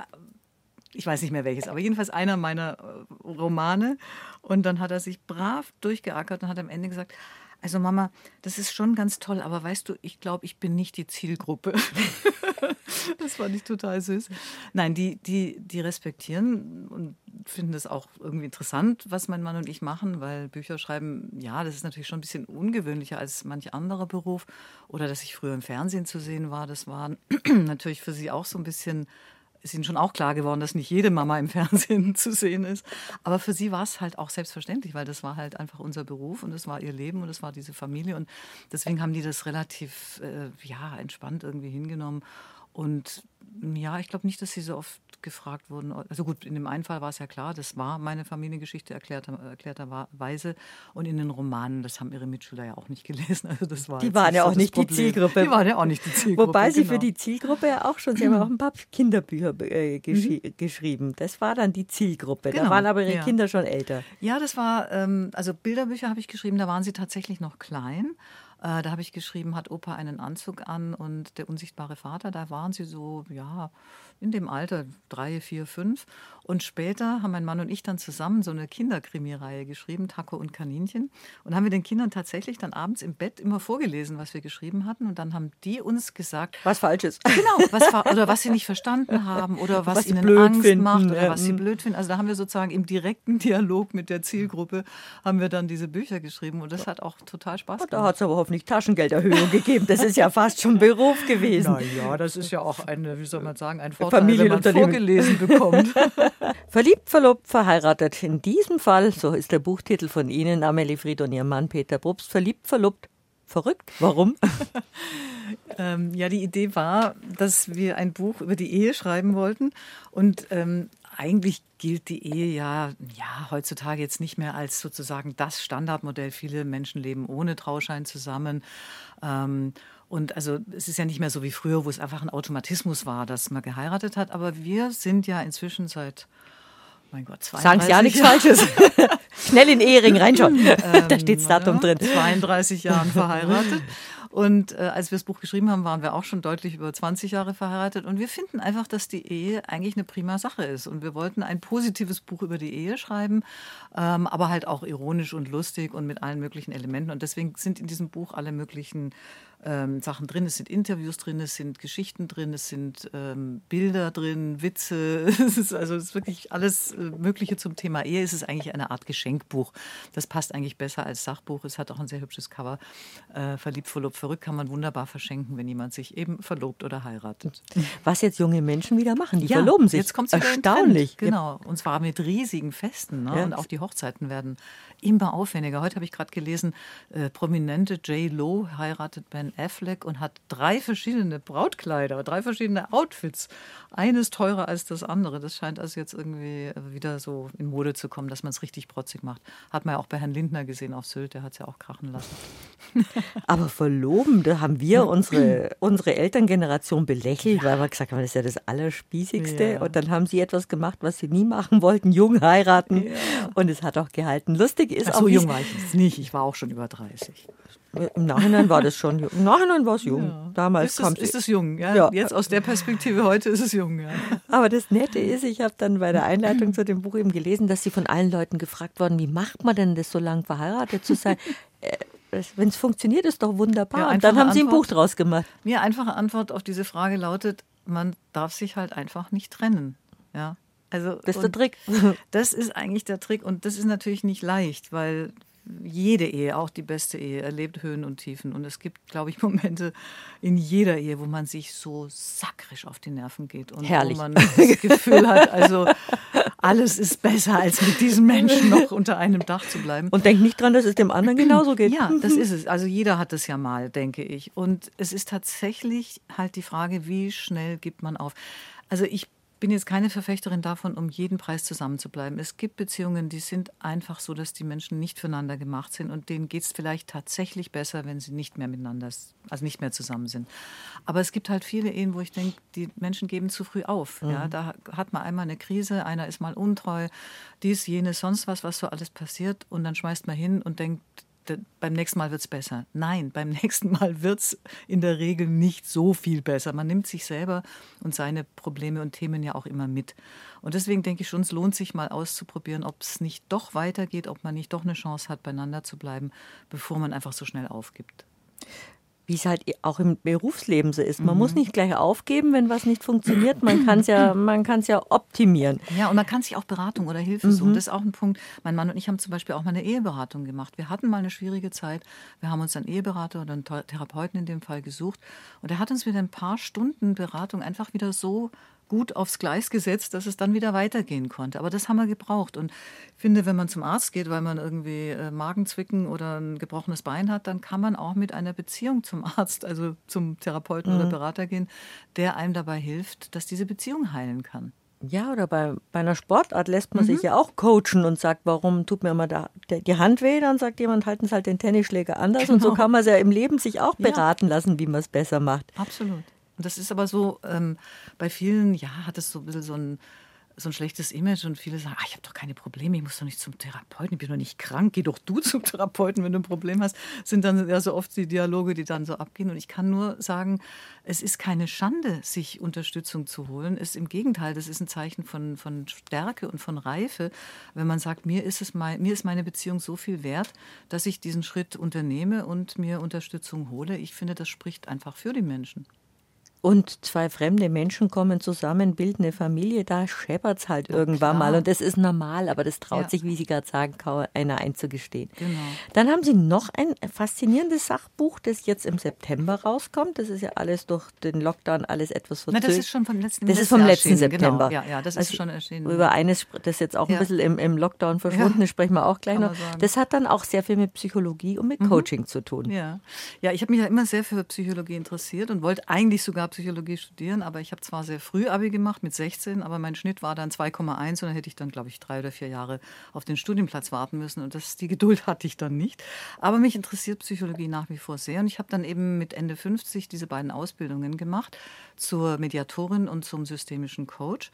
ich weiß nicht mehr welches, aber jedenfalls einer meiner Romane. Und dann hat er sich brav durchgeackert und hat am Ende gesagt, Also Mama, das ist schon ganz toll, aber weißt du, ich glaube, ich bin nicht die Zielgruppe. Das fand ich total süß. Nein, die respektieren und finden es auch irgendwie interessant, was mein Mann und ich machen, weil Bücher schreiben, ja, das ist natürlich schon ein bisschen ungewöhnlicher als manch anderer Beruf. Oder dass ich früher im Fernsehen zu sehen war, das war natürlich für sie auch so ein bisschen, ist ihnen schon auch klar geworden, dass nicht jede Mama im Fernsehen zu sehen ist. Aber für sie war es halt auch selbstverständlich, weil das war halt einfach unser Beruf und das war ihr Leben und das war diese Familie. Und deswegen haben die das relativ entspannt irgendwie hingenommen. Und ja, ich glaube nicht, dass sie so oft gefragt wurden. Also gut, in dem einen Fall war es ja klar, das war meine Familiengeschichte erklärterweise. Und in den Romanen, das haben ihre Mitschüler ja auch nicht gelesen. Also das war die waren ja auch nicht die Zielgruppe. Die waren ja auch nicht die Zielgruppe. Wobei sie für die Zielgruppe ja auch schon, sie haben auch ein paar Kinderbücher geschrieben. Das war dann die Zielgruppe. Genau. Da waren aber ihre Kinder schon älter. Ja, das war, also Bilderbücher habe ich geschrieben, da waren sie tatsächlich noch klein. Da habe ich geschrieben, hat Opa einen Anzug an und der unsichtbare Vater, da waren sie so, ja, in dem Alter 3, 4, 5. Und später haben mein Mann und ich dann zusammen so eine Kinderkrimireihe geschrieben, Taco und Kaninchen. Und haben wir den Kindern tatsächlich dann abends im Bett immer vorgelesen, was wir geschrieben hatten. Und dann haben die uns gesagt, was falsch ist. Genau, was sie nicht verstanden haben oder was ihnen Angst macht oder was sie blöd finden. Also da haben wir sozusagen im direkten Dialog mit der Zielgruppe haben wir dann diese Bücher geschrieben. Und das hat auch total Spaß gemacht. Da hat es aber hoffentlich Taschengelderhöhung gegeben. Das ist ja fast schon Beruf gewesen. Naja, das ist ja auch eine, wie soll man sagen, ein Vorteil, wenn man vorgelesen bekommt. Verliebt, verlobt, verheiratet. In diesem Fall, so ist der Buchtitel von Ihnen, Amelie Fried und Ihr Mann Peter Probst. Verliebt, verlobt, verrückt. Warum? Ja, die Idee war, dass wir ein Buch über die Ehe schreiben wollten. Und eigentlich gilt die Ehe ja heutzutage jetzt nicht mehr als sozusagen das Standardmodell. Viele Menschen leben ohne Trauschein zusammen. Und also es ist ja nicht mehr so wie früher, wo es einfach ein Automatismus war, dass man geheiratet hat. Aber wir sind ja inzwischen seit, mein Gott, 32 Sagen Sie ja nichts Falsches. Schnell in den Ehering reinschauen. Da steht das Datum drin. 32 Jahren verheiratet. Und als wir das Buch geschrieben haben, waren wir auch schon deutlich über 20 Jahre verheiratet. Und wir finden einfach, dass die Ehe eigentlich eine prima Sache ist. Und wir wollten ein positives Buch über die Ehe schreiben, aber halt auch ironisch und lustig und mit allen möglichen Elementen. Und deswegen sind in diesem Buch alle möglichen Sachen drin. Es sind Interviews drin, es sind Geschichten drin, es sind Bilder drin, Witze. Es ist wirklich alles Mögliche zum Thema Ehe. Es ist eigentlich eine Art Geschenkbuch. Das passt eigentlich besser als Sachbuch. Es hat auch ein sehr hübsches Cover. Verliebt, verlobt, verrückt kann man wunderbar verschenken, wenn jemand sich eben verlobt oder heiratet. Was jetzt junge Menschen wieder machen, die verloben sich. Jetzt kommt es erstaunlich. Genau, und zwar mit riesigen Festen. Ne? Ja. Und auch die Hochzeiten werden immer aufwendiger. Heute habe ich gerade gelesen, prominente J.Lo heiratet Ben Affleck und hat 3 verschiedene Brautkleider, 3 verschiedene Outfits. Eines teurer als das andere. Das scheint also jetzt irgendwie wieder so in Mode zu kommen, dass man es richtig protzig macht. Hat man ja auch bei Herrn Lindner gesehen auf Sylt, der hat es ja auch krachen lassen. Aber verloben, da haben wir unsere Elterngeneration belächelt, weil wir gesagt haben, das ist ja das Allerspießigste. Ja. Und dann haben sie etwas gemacht, was sie nie machen wollten, jung heiraten. Ja. Und es hat auch gehalten. Lustig ist auch... So jung war ich jetzt nicht, ich war auch schon über 30. Im Nachhinein war das schon jung. Im Nachhinein war es jung. Ja. Damals ist es jung, ja? Jetzt aus der Perspektive heute ist es jung, ja. Aber das Nette ist, ich habe dann bei der Einleitung zu dem Buch eben gelesen, dass sie von allen Leuten gefragt worden, wie macht man denn das, so lange verheiratet zu sein? Wenn es funktioniert, ist doch wunderbar. Ja, und dann haben sie ein Buch draus gemacht. Mir einfache Antwort auf diese Frage lautet, man darf sich halt einfach nicht trennen. Ja? Also, das ist der Trick. Das ist eigentlich der Trick und das ist natürlich nicht leicht, weil jede Ehe, auch die beste Ehe, erlebt Höhen und Tiefen. Und es gibt, glaube ich, Momente in jeder Ehe, wo man sich so sakrisch auf die Nerven geht. Und herrlich. Wo man das Gefühl hat, also alles ist besser, als mit diesen Menschen noch unter einem Dach zu bleiben. Und denk nicht dran, dass es dem anderen genauso geht. Ja, das ist es. Also jeder hat es ja mal, denke ich. Und es ist tatsächlich halt die Frage, wie schnell gibt man auf. Also ich bin jetzt keine Verfechterin davon, um jeden Preis zusammenzubleiben. Es gibt Beziehungen, die sind einfach so, dass die Menschen nicht füreinander gemacht sind und denen geht es vielleicht tatsächlich besser, wenn sie nicht mehr miteinander, also nicht mehr zusammen sind. Aber es gibt halt viele Ehen, wo ich denke, die Menschen geben zu früh auf. Mhm. Ja, da hat man einmal eine Krise, einer ist mal untreu, dies, jenes, sonst was so alles passiert und dann schmeißt man hin und denkt, beim nächsten Mal wird es besser. Nein, beim nächsten Mal wird es in der Regel nicht so viel besser. Man nimmt sich selber und seine Probleme und Themen ja auch immer mit. Und deswegen denke ich schon, es lohnt sich mal auszuprobieren, ob es nicht doch weitergeht, ob man nicht doch eine Chance hat, beieinander zu bleiben, bevor man einfach so schnell aufgibt. Wie es halt auch im Berufsleben so ist. Man muss nicht gleich aufgeben, wenn was nicht funktioniert. Man kann es ja optimieren. Ja, und man kann sich auch Beratung oder Hilfe suchen. Das ist auch ein Punkt. Mein Mann und ich haben zum Beispiel auch mal eine Eheberatung gemacht. Wir hatten mal eine schwierige Zeit. Wir haben uns einen Eheberater oder einen Therapeuten in dem Fall gesucht. Und er hat uns mit ein paar Stunden Beratung einfach wieder so gut aufs Gleis gesetzt, dass es dann wieder weitergehen konnte. Aber das haben wir gebraucht. Und ich finde, wenn man zum Arzt geht, weil man irgendwie Magenzwicken oder ein gebrochenes Bein hat, dann kann man auch mit einer Beziehung zum Arzt, also zum Therapeuten oder Berater gehen, der einem dabei hilft, dass diese Beziehung heilen kann. Ja, oder bei einer Sportart lässt man sich ja auch coachen und sagt, warum tut mir immer die Hand weh? Dann sagt jemand, halten Sie halt den Tennisschläger anders. Genau. Und so kann man es ja im Leben sich auch beraten lassen, wie man es besser macht. Absolut. Und das ist aber so, bei vielen, hat es so ein bisschen so ein schlechtes Image und viele sagen, ich habe doch keine Probleme, ich muss doch nicht zum Therapeuten, ich bin doch nicht krank, geh doch du zum Therapeuten, wenn du ein Problem hast, sind dann ja so oft die Dialoge, die dann so abgehen. Und ich kann nur sagen, es ist keine Schande, sich Unterstützung zu holen. Es ist im Gegenteil, das ist ein Zeichen von Stärke und von Reife, wenn man sagt, mir ist meine Beziehung so viel wert, dass ich diesen Schritt unternehme und mir Unterstützung hole. Ich finde, das spricht einfach für die Menschen. Und zwei fremde Menschen kommen zusammen, bilden eine Familie, da scheppert es halt irgendwann mal. Und das ist normal, aber das traut sich, wie Sie gerade sagen, kaum einer einzugestehen. Genau. Dann haben Sie noch ein faszinierendes Sachbuch, das jetzt im September rauskommt. Das ist ja alles durch den Lockdown alles etwas verzögert. Das ist schon vom letzten Das ist vom letzten September. Genau. Ja, das ist schon erschienen. Über eines, das jetzt auch ein bisschen im Lockdown verschwunden ist, sprechen wir auch gleich noch. Das hat dann auch sehr viel mit Psychologie und mit Coaching zu tun. Ja, ich habe mich ja immer sehr für Psychologie interessiert und wollte eigentlich sogar Psychologie studieren, aber ich habe zwar sehr früh Abi gemacht, mit 16, aber mein Schnitt war dann 2,1 und dann hätte ich dann, glaube ich, 3 oder 4 Jahre auf den Studienplatz warten müssen und die Geduld hatte ich dann nicht. Aber mich interessiert Psychologie nach wie vor sehr und ich habe dann eben mit Ende 50 diese beiden Ausbildungen gemacht, zur Mediatorin und zum systemischen Coach.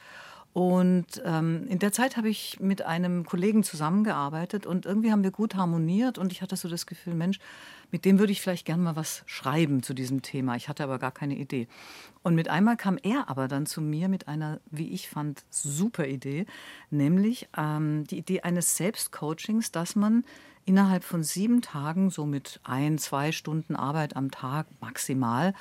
Und in der Zeit habe ich mit einem Kollegen zusammengearbeitet und irgendwie haben wir gut harmoniert und ich hatte so das Gefühl, Mensch, mit dem würde ich vielleicht gerne mal was schreiben zu diesem Thema. Ich hatte aber gar keine Idee. Und mit einmal kam er aber dann zu mir mit einer, wie ich fand, super Idee, nämlich die Idee eines Selbstcoachings, dass man innerhalb von 7 Tagen, so mit 1-2 Stunden Arbeit am Tag maximal,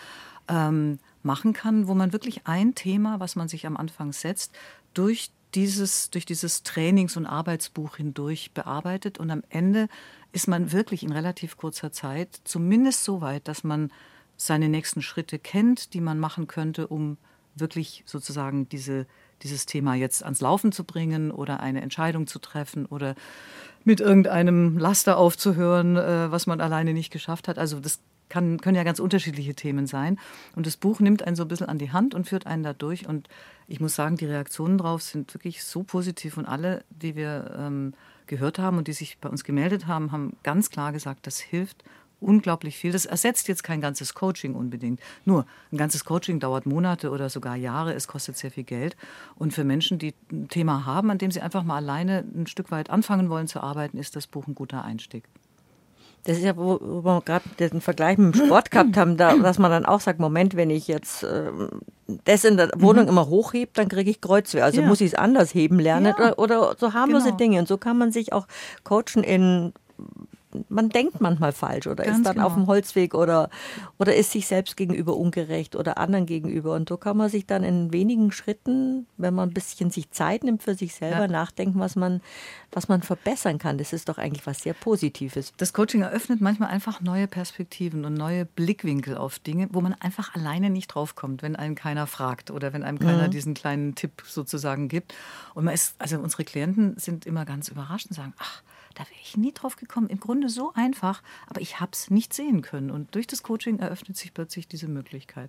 machen kann, wo man wirklich ein Thema, was man sich am Anfang setzt, durch dieses Trainings- und Arbeitsbuch hindurch bearbeitet und am Ende ist man wirklich in relativ kurzer Zeit zumindest so weit, dass man seine nächsten Schritte kennt, die man machen könnte, um wirklich sozusagen dieses Thema jetzt ans Laufen zu bringen oder eine Entscheidung zu treffen oder mit irgendeinem Laster aufzuhören, was man alleine nicht geschafft hat. Also das können ja ganz unterschiedliche Themen sein. Und das Buch nimmt einen so ein bisschen an die Hand und führt einen da durch. Und ich muss sagen, die Reaktionen drauf sind wirklich so positiv. Und alle, die wir gehört haben und die sich bei uns gemeldet haben, haben ganz klar gesagt, das hilft unglaublich viel. Das ersetzt jetzt kein ganzes Coaching unbedingt. Nur ein ganzes Coaching dauert Monate oder sogar Jahre. Es kostet sehr viel Geld. Und für Menschen, die ein Thema haben, an dem sie einfach mal alleine ein Stück weit anfangen wollen zu arbeiten, ist das Buch ein guter Einstieg. Das ist ja, wo wir gerade den Vergleich mit dem Sport gehabt haben, dass man dann auch sagt, Moment, wenn ich jetzt das in der Wohnung immer hochhebe, dann kriege ich Kreuzweh. Also muss ich es anders heben lernen oder so harmlose Dinge. Und so kann man sich auch coachen man denkt manchmal falsch oder ist dann auf dem Holzweg oder ist sich selbst gegenüber ungerecht oder anderen gegenüber. Und so kann man sich dann in wenigen Schritten, wenn man ein bisschen sich Zeit nimmt für sich selber, nachdenken, was man verbessern kann. Das ist doch eigentlich was sehr Positives. Das Coaching eröffnet manchmal einfach neue Perspektiven und neue Blickwinkel auf Dinge, wo man einfach alleine nicht draufkommt, wenn einen keiner fragt oder wenn einem keiner diesen kleinen Tipp sozusagen gibt. Und unsere Klienten sind immer ganz überrascht und sagen, ach, da wäre ich nie drauf gekommen. Im Grunde so einfach, aber ich habe es nicht sehen können. Und durch das Coaching eröffnet sich plötzlich diese Möglichkeit.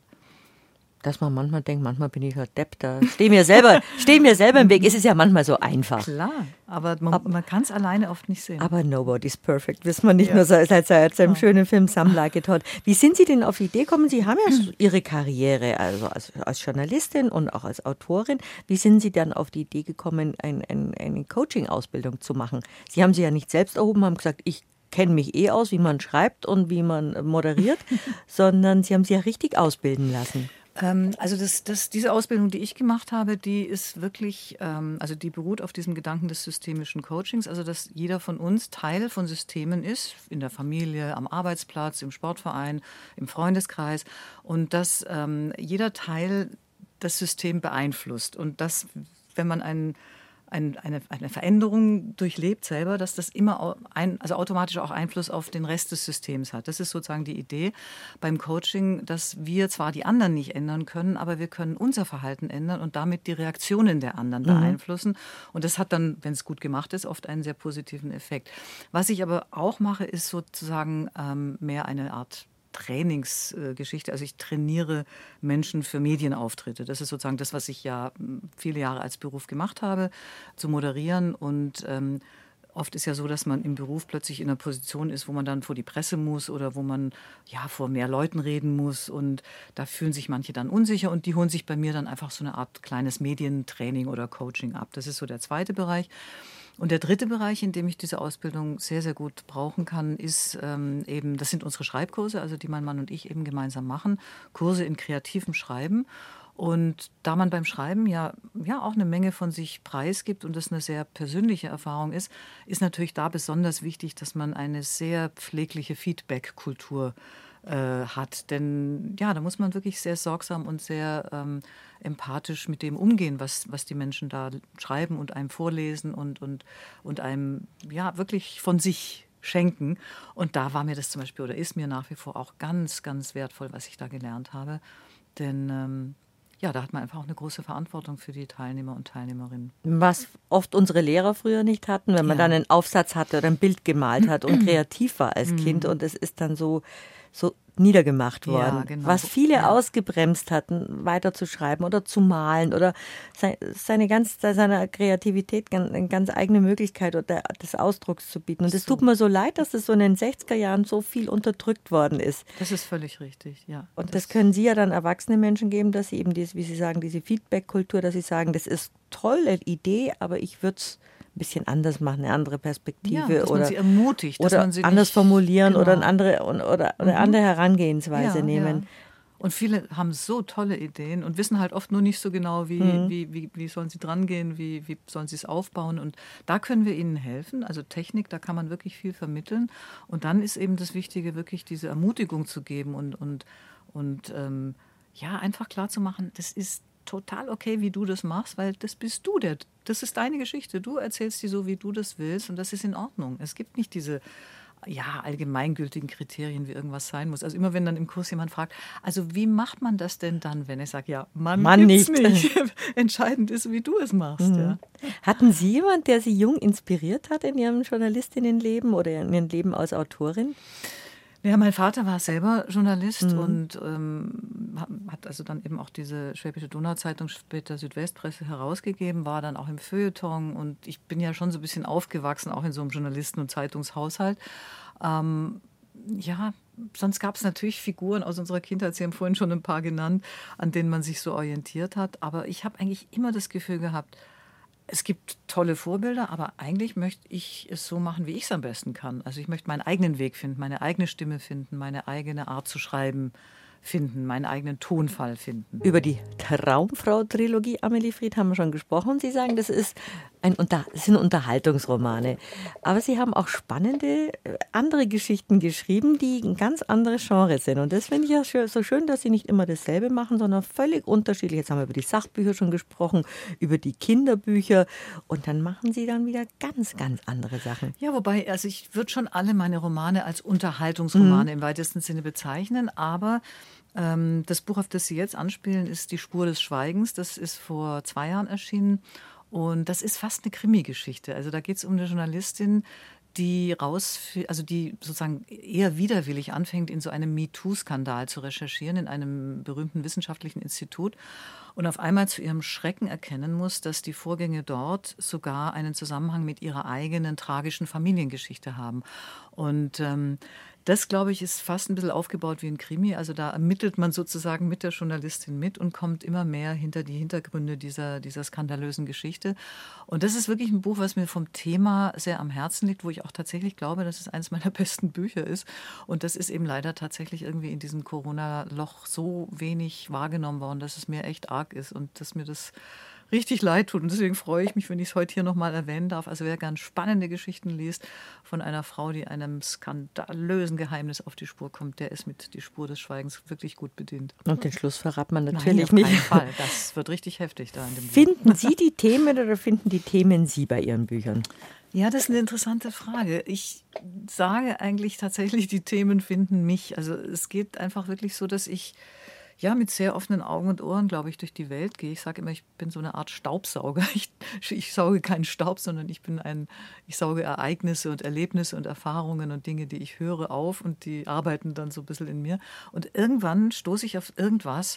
Dass man manchmal denkt, manchmal bin ich ein Depp, da stehe mir selber im Weg. Es ist ja manchmal so einfach. Klar, aber man kann es alleine oft nicht sehen. Aber nobody's perfect, wissen wir nicht nur seit seinem schönen Film Some Like It Hot. Wie sind Sie denn auf die Idee gekommen? Sie haben ja Ihre Karriere also als Journalistin und auch als Autorin. Wie sind Sie dann auf die Idee gekommen, eine Coaching-Ausbildung zu machen? Sie haben sie ja nicht selbst erhoben, haben gesagt, ich kenne mich aus, wie man schreibt und wie man moderiert, sondern Sie haben sich ja richtig ausbilden lassen. Also diese Ausbildung, die ich gemacht habe, die ist wirklich, also die beruht auf diesem Gedanken des systemischen Coachings, also dass jeder von uns Teil von Systemen ist, in der Familie, am Arbeitsplatz, im Sportverein, im Freundeskreis und dass jeder Teil das System beeinflusst und dass, wenn man eine Veränderung durchlebt selber, dass das immer also automatisch auch Einfluss auf den Rest des Systems hat. Das ist sozusagen die Idee beim Coaching, dass wir zwar die anderen nicht ändern können, aber wir können unser Verhalten ändern und damit die Reaktionen der anderen beeinflussen. Und das hat dann, wenn es gut gemacht ist, oft einen sehr positiven Effekt. Was ich aber auch mache, ist sozusagen mehr eine Art Trainingsgeschichte. Also ich trainiere Menschen für Medienauftritte. Das ist sozusagen das, was ich ja viele Jahre als Beruf gemacht habe, zu moderieren. Und oft ist ja so, dass man im Beruf plötzlich in einer Position ist, wo man dann vor die Presse muss oder wo man ja vor mehr Leuten reden muss. Und da fühlen sich manche dann unsicher und die holen sich bei mir dann einfach so eine Art kleines Medientraining oder Coaching ab. Das ist so der zweite Bereich. Und der dritte Bereich, in dem ich diese Ausbildung sehr, sehr gut brauchen kann, ist eben, das sind unsere Schreibkurse, also die mein Mann und ich eben gemeinsam machen, Kurse in kreativem Schreiben. Und da man beim Schreiben ja auch eine Menge von sich preisgibt und das eine sehr persönliche Erfahrung ist natürlich da besonders wichtig, dass man eine sehr pflegliche Feedback-Kultur hat. Denn ja, da muss man wirklich sehr sorgsam und sehr empathisch mit dem umgehen, was die Menschen da schreiben und einem vorlesen und einem ja wirklich von sich schenken. Und da war mir das zum Beispiel oder ist mir nach wie vor auch ganz, ganz wertvoll, was ich da gelernt habe. Denn ja, da hat man einfach auch eine große Verantwortung für die Teilnehmer und Teilnehmerinnen. Was oft unsere Lehrer früher nicht hatten, wenn man dann einen Aufsatz hatte oder ein Bild gemalt hat und kreativ war als Kind und es ist dann so niedergemacht worden, Ja, genau. was viele ausgebremst hatten, weiterzuschreiben oder zu malen oder seiner Kreativität eine ganz eigene Möglichkeit des Ausdrucks zu bieten. Und es tut mir so leid, dass das so in den 60er Jahren so viel unterdrückt worden ist. Das ist völlig richtig, ja. Und das können Sie ja dann erwachsene Menschen geben, dass sie eben, wie Sie sagen, diese Feedback-Kultur, dass sie sagen, das ist tolle Idee, aber ich würde es ein bisschen anders machen, eine andere Perspektive dass man sie ermutigt, dass oder man sie anders nicht, formulieren genau. oder eine andere Herangehensweise nehmen. Ja. Und viele haben so tolle Ideen und wissen halt oft nur nicht so genau, wie sollen sie dran gehen, wie sollen sie es aufbauen. Und da können wir ihnen helfen. Also Technik, da kann man wirklich viel vermitteln. Und dann ist eben das Wichtige, wirklich diese Ermutigung zu geben und einfach klarzumachen, das ist total okay, wie du das machst, weil das bist du, das ist deine Geschichte. Du erzählst die so, wie du das willst und das ist in Ordnung. Es gibt nicht diese allgemeingültigen Kriterien, wie irgendwas sein muss. Also immer, wenn dann im Kurs jemand fragt, also wie macht man das denn dann, wenn ich sage, ja, Mann gibt's nicht. Entscheidend ist, wie du es machst. Ja. Hatten Sie jemanden, der Sie jung inspiriert hat in Ihrem Journalistinnenleben oder in Ihrem Leben als Autorin? Ja, mein Vater war selber Journalist und hat also dann eben auch diese Schwäbische Donauzeitung, später Südwestpresse herausgegeben, war dann auch im Feuilleton und ich bin ja schon so ein bisschen aufgewachsen, auch in so einem Journalisten- und Zeitungshaushalt. Sonst gab es natürlich Figuren aus unserer Kindheit, Sie haben vorhin schon ein paar genannt, an denen man sich so orientiert hat, aber ich habe eigentlich immer das Gefühl gehabt, es gibt tolle Vorbilder, aber eigentlich möchte ich es so machen, wie ich es am besten kann. Also ich möchte meinen eigenen Weg finden, meine eigene Stimme finden, meine eigene Art zu schreiben finden, meinen eigenen Tonfall finden. Über die Traumfrau-Trilogie Amelie Fried haben wir schon gesprochen. Sie sagen, das sind Unterhaltungsromane. Aber Sie haben auch spannende andere Geschichten geschrieben, die ein ganz anderes Genre sind. Und das finde ich ja so schön, dass Sie nicht immer dasselbe machen, sondern völlig unterschiedlich. Jetzt haben wir über die Sachbücher schon gesprochen, über die Kinderbücher. Und dann machen Sie dann wieder ganz, ganz andere Sachen. Ja, wobei, also ich würde schon alle meine Romane als Unterhaltungsromane im weitesten Sinne bezeichnen, aber das Buch, auf das Sie jetzt anspielen, ist Die Spur des Schweigens. Das ist vor 2 Jahren erschienen und das ist fast eine Krimi-Geschichte. Also da geht es um eine Journalistin, die sozusagen eher widerwillig anfängt, in so einem MeToo-Skandal zu recherchieren, in einem berühmten wissenschaftlichen Institut und auf einmal zu ihrem Schrecken erkennen muss, dass die Vorgänge dort sogar einen Zusammenhang mit ihrer eigenen tragischen Familiengeschichte haben. Und Das, glaube ich, ist fast ein bisschen aufgebaut wie ein Krimi. Also da ermittelt man sozusagen mit der Journalistin mit und kommt immer mehr hinter die Hintergründe dieser skandalösen Geschichte. Und das ist wirklich ein Buch, was mir vom Thema sehr am Herzen liegt, wo ich auch tatsächlich glaube, dass es eines meiner besten Bücher ist. Und das ist eben leider tatsächlich irgendwie in diesem Corona-Loch so wenig wahrgenommen worden, dass es mir echt arg ist und dass mir das richtig leid tut. Und deswegen freue ich mich, wenn ich es heute hier nochmal erwähnen darf. Also wer gern spannende Geschichten liest von einer Frau, die einem skandalösen Geheimnis auf die Spur kommt, der ist mit Die Spur des Schweigens wirklich gut bedient. Und den Schluss verrat man natürlich Nein, auf nicht. keinen Fall. Das wird richtig heftig da in dem Buch. Finden Sie die Themen oder finden die Themen Sie bei Ihren Büchern? Ja, das ist eine interessante Frage. Ich sage eigentlich tatsächlich, die Themen finden mich. Also es geht einfach wirklich so, dass ich mit sehr offenen Augen und Ohren, glaube ich, durch die Welt gehe. Ich sage immer, ich bin so eine Art Staubsauger. Ich sauge keinen Staub, sondern ich sauge Ereignisse und Erlebnisse und Erfahrungen und Dinge, die ich höre, auf und die arbeiten dann so ein bisschen in mir. Und irgendwann stoße ich auf irgendwas,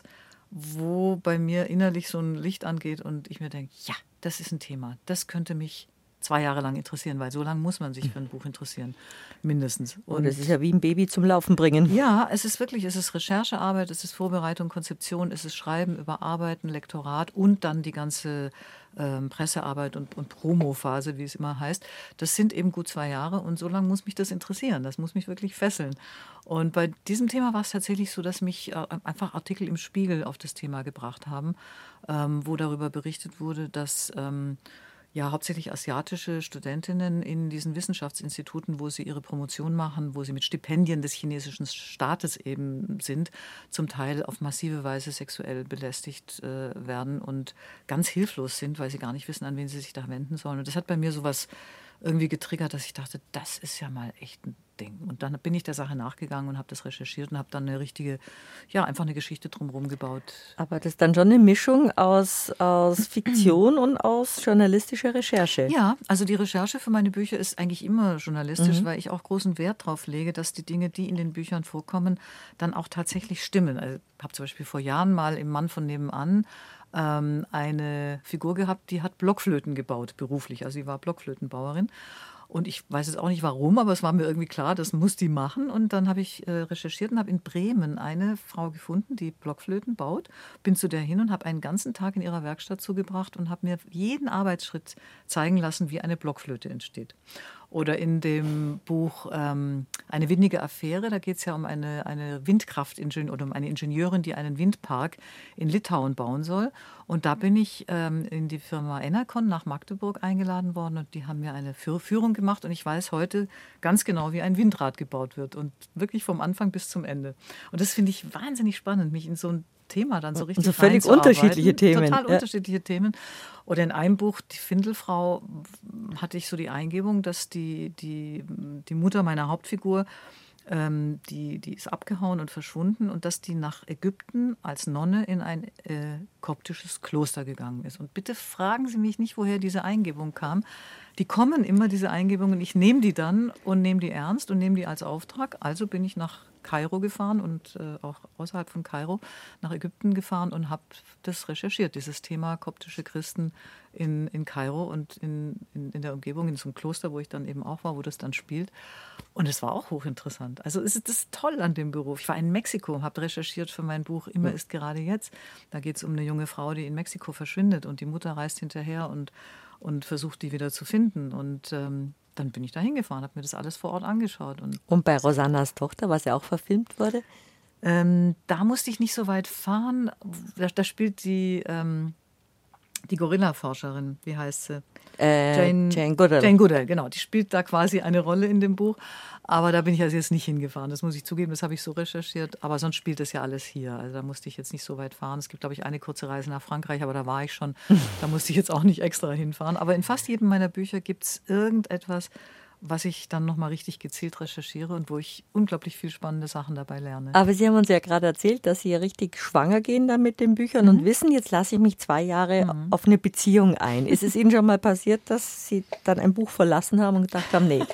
wo bei mir innerlich so ein Licht angeht und ich mir denke, ja, das ist ein Thema, das könnte mich 2 Jahre lang interessieren, weil so lange muss man sich für ein Buch interessieren, mindestens. Und das ist ja wie ein Baby zum Laufen bringen. Ja, es ist Recherchearbeit, es ist Vorbereitung, Konzeption, es ist Schreiben, Überarbeiten, Lektorat und dann die ganze Pressearbeit und Promophase, wie es immer heißt. Das sind eben gut 2 Jahre und so lange muss mich das interessieren, das muss mich wirklich fesseln. Und bei diesem Thema war es tatsächlich so, dass mich einfach Artikel im Spiegel auf das Thema gebracht haben, wo darüber berichtet wurde, dass hauptsächlich asiatische Studentinnen in diesen Wissenschaftsinstituten, wo sie ihre Promotion machen, wo sie mit Stipendien des chinesischen Staates eben sind, zum Teil auf massive Weise sexuell belästigt werden und ganz hilflos sind, weil sie gar nicht wissen, an wen sie sich da wenden sollen. Und das hat bei mir sowas irgendwie getriggert, dass ich dachte, das ist ja mal echt ein Ding. Und dann bin ich der Sache nachgegangen und habe das recherchiert und habe dann einfach eine Geschichte drumherum gebaut. Aber das ist dann schon eine Mischung aus Fiktion und aus journalistischer Recherche. Ja, also die Recherche für meine Bücher ist eigentlich immer journalistisch, weil ich auch großen Wert darauf lege, dass die Dinge, die in den Büchern vorkommen, dann auch tatsächlich stimmen. Also ich habe zum Beispiel vor Jahren mal im Mann von nebenan eine Figur gehabt, die hat Blockflöten gebaut, beruflich. Also sie war Blockflötenbauerin. Und ich weiß jetzt auch nicht warum, aber es war mir irgendwie klar, das muss die machen. Und dann habe ich recherchiert und habe in Bremen eine Frau gefunden, die Blockflöten baut. Bin zu der hin und habe einen ganzen Tag in ihrer Werkstatt zugebracht und habe mir jeden Arbeitsschritt zeigen lassen, wie eine Blockflöte entsteht. Oder in dem Buch Eine windige Affäre, da geht es ja um eine Windkraftingenieurin oder um eine Ingenieurin, die einen Windpark in Litauen bauen soll. Und da bin ich in die Firma Enercon nach Magdeburg eingeladen worden und die haben mir eine Führung gemacht und ich weiß heute ganz genau, wie ein Windrad gebaut wird und wirklich vom Anfang bis zum Ende. Und das finde ich wahnsinnig spannend, mich in so ein Thema dann so richtig reinzuarbeiten. So völlig unterschiedliche Themen. Total unterschiedliche Themen. Oder in einem Buch, Die Findelfrau, hatte ich so die Eingebung, dass die Mutter meiner Hauptfigur, die ist abgehauen und verschwunden und dass die nach Ägypten als Nonne in ein koptisches Kloster gegangen ist. Und bitte fragen Sie mich nicht, woher diese Eingebung kam. Die kommen immer, diese Eingebungen. Ich nehme die dann und nehme die ernst und nehme die als Auftrag. Also bin ich nach Kairo gefahren und auch außerhalb von Kairo nach Ägypten gefahren und habe das recherchiert, dieses Thema koptische Christen in Kairo und in der Umgebung, in so einem Kloster, wo ich dann eben auch war, wo das dann spielt. Und es war auch hochinteressant. Also es ist toll an dem Beruf. Ich war in Mexiko, habe recherchiert für mein Buch Immer ist gerade jetzt. Da geht es um eine junge Frau, die in Mexiko verschwindet und die Mutter reist hinterher und versucht, die wieder zu finden. Und dann bin ich da hingefahren, habe mir das alles vor Ort angeschaut. Und bei Rosannas Tochter, was ja auch verfilmt wurde? Da musste ich nicht so weit fahren. Da spielt die Gorilla-Forscherin, wie heißt sie? Jane Goodall. Jane Goodall, genau. Die spielt da quasi eine Rolle in dem Buch. Aber da bin ich also jetzt nicht hingefahren. Das muss ich zugeben, das habe ich so recherchiert. Aber sonst spielt das ja alles hier. Also da musste ich jetzt nicht so weit fahren. Es gibt, glaube ich, eine kurze Reise nach Frankreich, aber da war ich schon. Da musste ich jetzt auch nicht extra hinfahren. Aber in fast jedem meiner Bücher gibt es irgendetwas, was ich dann nochmal richtig gezielt recherchiere und wo ich unglaublich viel spannende Sachen dabei lerne. Aber Sie haben uns ja gerade erzählt, dass Sie ja richtig schwanger gehen dann mit den Büchern und wissen, jetzt lasse ich mich 2 Jahre auf eine Beziehung ein. Ist es Ihnen schon mal passiert, dass Sie dann ein Buch verlassen haben und gedacht haben, nee,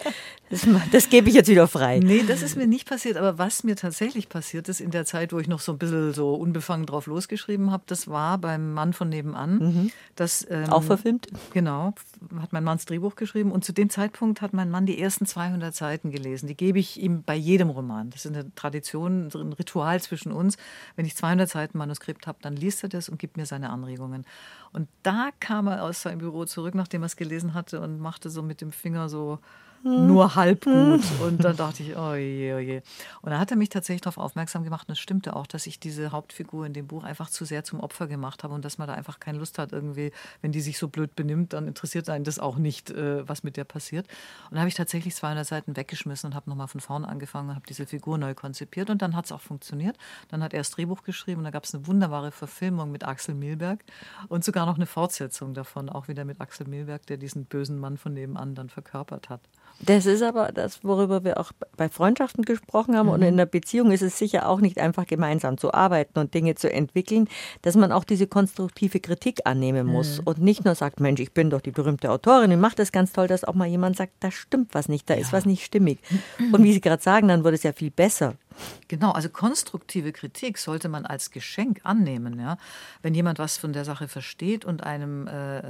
Das gebe ich jetzt wieder frei. Nee, das ist mir nicht passiert. Aber was mir tatsächlich passiert ist in der Zeit, wo ich noch so ein bisschen so unbefangen drauf losgeschrieben habe, das war beim Mann von nebenan. Das, Auch verfilmt? Genau, hat mein Mann das Drehbuch geschrieben. Und zu dem Zeitpunkt hat mein Mann die ersten 200 Seiten gelesen. Die gebe ich ihm bei jedem Roman. Das ist eine Tradition, ein Ritual zwischen uns. Wenn ich 200 Seiten Manuskript habe, dann liest er das und gibt mir seine Anregungen. Und da kam er aus seinem Büro zurück, nachdem er es gelesen hatte und machte so mit dem Finger so nur halb gut. Und dann dachte ich, oh je, oh je. Und da hat er mich tatsächlich darauf aufmerksam gemacht, und es stimmte auch, dass ich diese Hauptfigur in dem Buch einfach zu sehr zum Opfer gemacht habe und dass man da einfach keine Lust hat, irgendwie, wenn die sich so blöd benimmt, dann interessiert einen das auch nicht, was mit der passiert. Und da habe ich tatsächlich 200 Seiten weggeschmissen und habe nochmal von vorne angefangen und habe diese Figur neu konzipiert und dann hat es auch funktioniert. Dann hat er das Drehbuch geschrieben und da gab es eine wunderbare Verfilmung mit Axel Milberg und sogar noch eine Fortsetzung davon, auch wieder mit Axel Milberg, der diesen bösen Mann von nebenan dann verkörpert hat. Das ist aber das, worüber wir auch bei Freundschaften gesprochen haben. Und in der Beziehung ist es sicher auch nicht einfach, gemeinsam zu arbeiten und Dinge zu entwickeln, dass man auch diese konstruktive Kritik annehmen muss und nicht nur sagt, Mensch, ich bin doch die berühmte Autorin, ich mache das ganz toll, dass auch mal jemand sagt, da stimmt was nicht, da ist was nicht stimmig. Und wie Sie gerade sagen, dann wird es ja viel besser. Genau, also konstruktive Kritik sollte man als Geschenk annehmen. Ja? Wenn jemand was von der Sache versteht und einem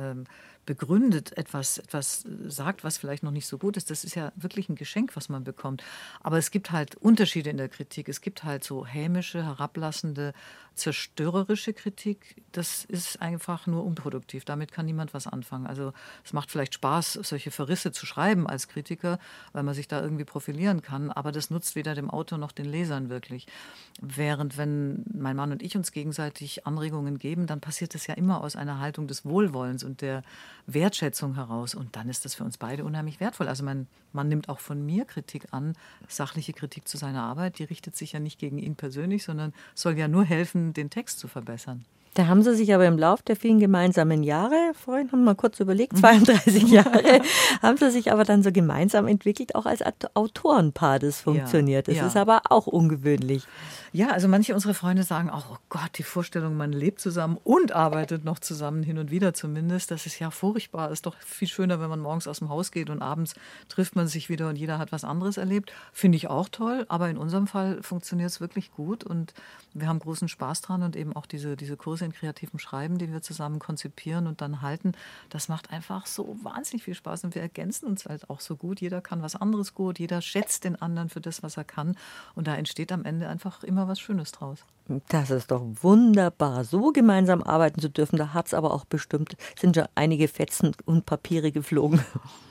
begründet etwas sagt, was vielleicht noch nicht so gut ist, das ist ja wirklich ein Geschenk, was man bekommt. Aber es gibt halt Unterschiede in der Kritik. Es gibt halt so hämische, herablassende, zerstörerische Kritik. Das ist einfach nur unproduktiv. Damit kann niemand was anfangen. Also es macht vielleicht Spaß, solche Verrisse zu schreiben als Kritiker, weil man sich da irgendwie profilieren kann. Aber das nutzt weder dem Autor noch den Lesern wirklich. Während wenn mein Mann und ich uns gegenseitig Anregungen geben, dann passiert das ja immer aus einer Haltung des Wohlwollens und der Wertschätzung heraus. Und dann ist das für uns beide unheimlich wertvoll. Also mein Mann nimmt auch von mir Kritik an, sachliche Kritik zu seiner Arbeit. Die richtet sich ja nicht gegen ihn persönlich, sondern soll ja nur helfen, den Text zu verbessern. Da haben Sie sich aber im Lauf der vielen gemeinsamen Jahre, vorhin haben wir mal kurz überlegt, 32 Jahre, haben Sie sich aber dann so gemeinsam entwickelt, auch als Autorenpaar, das funktioniert. Das ist aber auch ungewöhnlich. Ja, also manche unserer Freunde sagen auch, oh Gott, die Vorstellung, man lebt zusammen und arbeitet noch zusammen, hin und wieder zumindest, das ist ja furchtbar. Ist doch viel schöner, wenn man morgens aus dem Haus geht und abends trifft man sich wieder und jeder hat was anderes erlebt. Finde ich auch toll, aber in unserem Fall funktioniert es wirklich gut und wir haben großen Spaß dran und eben auch diese Kurse in kreativem Schreiben, die wir zusammen konzipieren und dann halten, das macht einfach so wahnsinnig viel Spaß und wir ergänzen uns halt auch so gut. Jeder kann was anderes gut, jeder schätzt den anderen für das, was er kann und da entsteht am Ende einfach immer was Schönes draus. Das ist doch wunderbar, so gemeinsam arbeiten zu dürfen. Da hat es aber auch bestimmt, sind schon einige Fetzen und Papiere geflogen.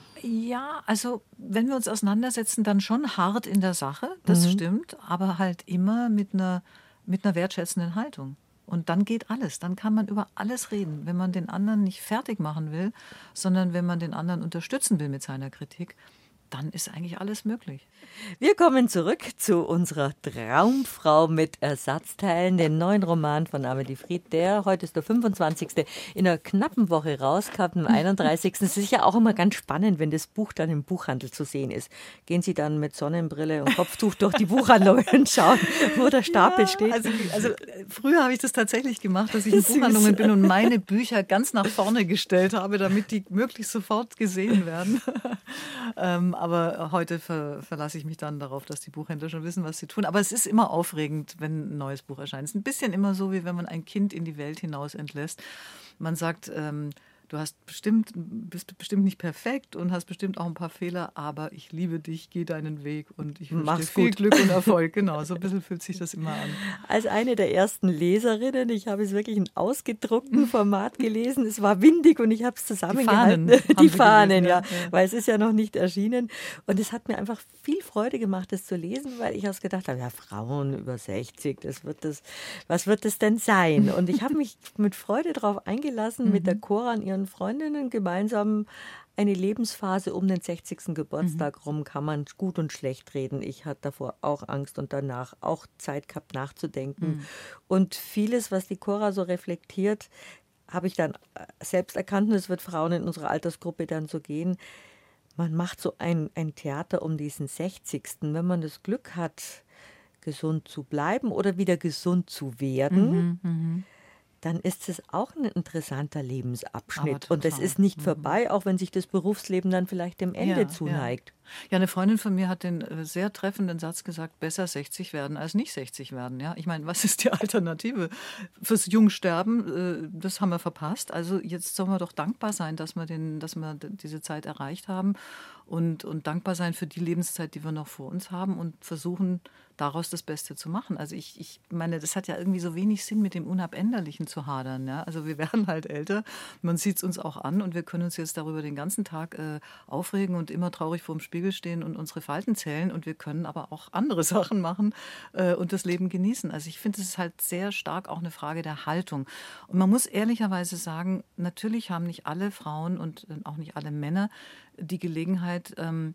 Ja, also wenn wir uns auseinandersetzen, dann schon hart in der Sache, das stimmt, aber halt immer mit einer wertschätzenden Haltung. Und dann geht alles, dann kann man über alles reden. Wenn man den anderen nicht fertig machen will, sondern wenn man den anderen unterstützen will mit seiner Kritik, dann ist eigentlich alles möglich. Wir kommen zurück zu unserer Traumfrau mit Ersatzteilen, den neuen Roman von Amelie Fried, der, heute ist der 25. in einer knappen Woche rauskam, am 31. Es ist ja auch immer ganz spannend, wenn das Buch dann im Buchhandel zu sehen ist. Gehen Sie dann mit Sonnenbrille und Kopftuch durch die Buchhandlung und schauen, wo der Stapel steht? Also früher habe ich das tatsächlich gemacht, dass ich in Buchhandlungen bin und meine Bücher ganz nach vorne gestellt habe, damit die möglichst sofort gesehen werden. Aber heute verlasse ich mich dann darauf, dass die Buchhändler schon wissen, was sie tun. Aber es ist immer aufregend, wenn ein neues Buch erscheint. Es ist ein bisschen immer so, wie wenn man ein Kind in die Welt hinaus entlässt. Man sagt, du bist bestimmt nicht perfekt und hast bestimmt auch ein paar Fehler, aber ich liebe dich, geh deinen Weg und ich wünsche dir viel Glück und Erfolg. Genau, so ein bisschen fühlt sich das immer an. Als eine der ersten Leserinnen, ich habe es wirklich in ausgedrucktem Format gelesen. Es war windig und ich habe es zusammengehalten. Die Fahnen, ja, weil es ist ja noch nicht erschienen. Und es hat mir einfach viel Freude gemacht, das zu lesen, weil ich auch gedacht habe, ja, Frauen über 60, was wird das denn sein? Und ich habe mich mit Freude darauf eingelassen, mit der Cora und ihren Freundinnen gemeinsam eine Lebensphase um den 60. Geburtstag rum, kann man gut und schlecht reden. Ich hatte davor auch Angst und danach auch Zeit gehabt nachzudenken. Und vieles, was die Cora so reflektiert, habe ich dann selbst erkannt, und es wird Frauen in unserer Altersgruppe dann so gehen. Man macht so ein Theater um diesen 60. Wenn man das Glück hat, gesund zu bleiben oder wieder gesund zu werden, dann ist es auch ein interessanter Lebensabschnitt. Aber Und es total. ist nicht vorbei, auch wenn sich das Berufsleben dann vielleicht dem Ende zuneigt. Ja, eine Freundin von mir hat den sehr treffenden Satz gesagt, besser 60 werden als nicht 60 werden. Ja? Ich meine, was ist die Alternative? Fürs Jungsterben, das haben wir verpasst. Also jetzt sollen wir doch dankbar sein, dass wir diese Zeit erreicht haben und dankbar sein für die Lebenszeit, die wir noch vor uns haben und versuchen, daraus das Beste zu machen. Also ich meine, das hat ja irgendwie so wenig Sinn, mit dem Unabänderlichen zu hadern. Ja? Also wir werden halt älter, man sieht es uns auch an und wir können uns jetzt darüber den ganzen Tag aufregen und immer traurig vorm Spiegel stehen und unsere Falten zählen und wir können aber auch andere Sachen machen und das Leben genießen. Also ich finde, es ist halt sehr stark auch eine Frage der Haltung. Und man muss ehrlicherweise sagen, natürlich haben nicht alle Frauen und auch nicht alle Männer die Gelegenheit,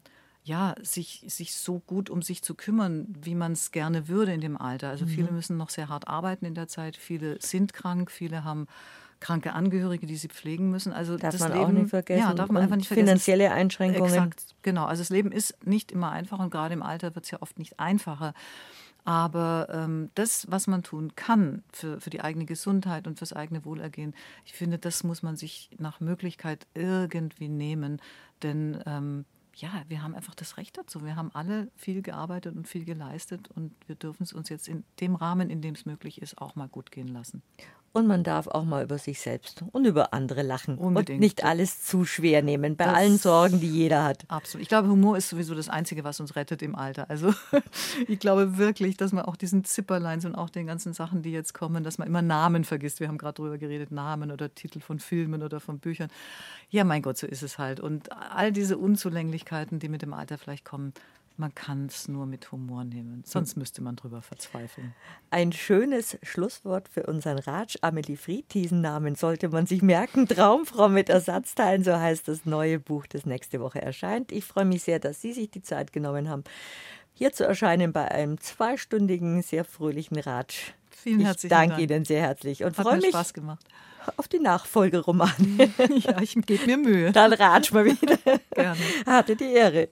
sich so gut um sich zu kümmern, wie man es gerne würde in dem Alter. Also viele müssen noch sehr hart arbeiten in der Zeit, viele sind krank, viele haben kranke Angehörige, die sie pflegen müssen. Also Darf das man Leben, auch nicht vergessen. Ja, darf man einfach nicht vergessen. Finanzielle Einschränkungen. Exakt, genau. Also das Leben ist nicht immer einfach und gerade im Alter wird es ja oft nicht einfacher. Aber das, was man tun kann für die eigene Gesundheit und fürs eigene Wohlergehen, ich finde, das muss man sich nach Möglichkeit irgendwie nehmen. Denn wir haben einfach das Recht dazu. Wir haben alle viel gearbeitet und viel geleistet und wir dürfen es uns jetzt in dem Rahmen, in dem es möglich ist, auch mal gut gehen lassen. Und man darf auch mal über sich selbst und über andere lachen. Unbedingt. Und nicht alles zu schwer nehmen, bei allen Sorgen, die jeder hat. Absolut. Ich glaube, Humor ist sowieso das Einzige, was uns rettet im Alter. Also ich glaube wirklich, dass man auch diesen Zipperleins und auch den ganzen Sachen, die jetzt kommen, dass man immer Namen vergisst. Wir haben gerade drüber geredet, Namen oder Titel von Filmen oder von Büchern. Ja, mein Gott, so ist es halt. Und all diese Unzulänglichkeiten, die mit dem Alter vielleicht kommen, man kann es nur mit Humor nehmen. Sonst müsste man drüber verzweifeln. Ein schönes Schlusswort für unseren Ratsch. Amelie Fried, diesen Namen sollte man sich merken. Traumfrau mit Ersatzteilen, so heißt das neue Buch, das nächste Woche erscheint. Ich freue mich sehr, dass Sie sich die Zeit genommen haben, hier zu erscheinen bei einem 2-stündigen, sehr fröhlichen Ratsch. Vielen herzlichen Dank. Ich danke Ihnen sehr herzlich und Hat freue mir mich Spaß gemacht. auf die Nachfolgeromane. Ja, ich gebe mir Mühe. Dann ratsch mal wieder. Gerne. Hatte die Ehre.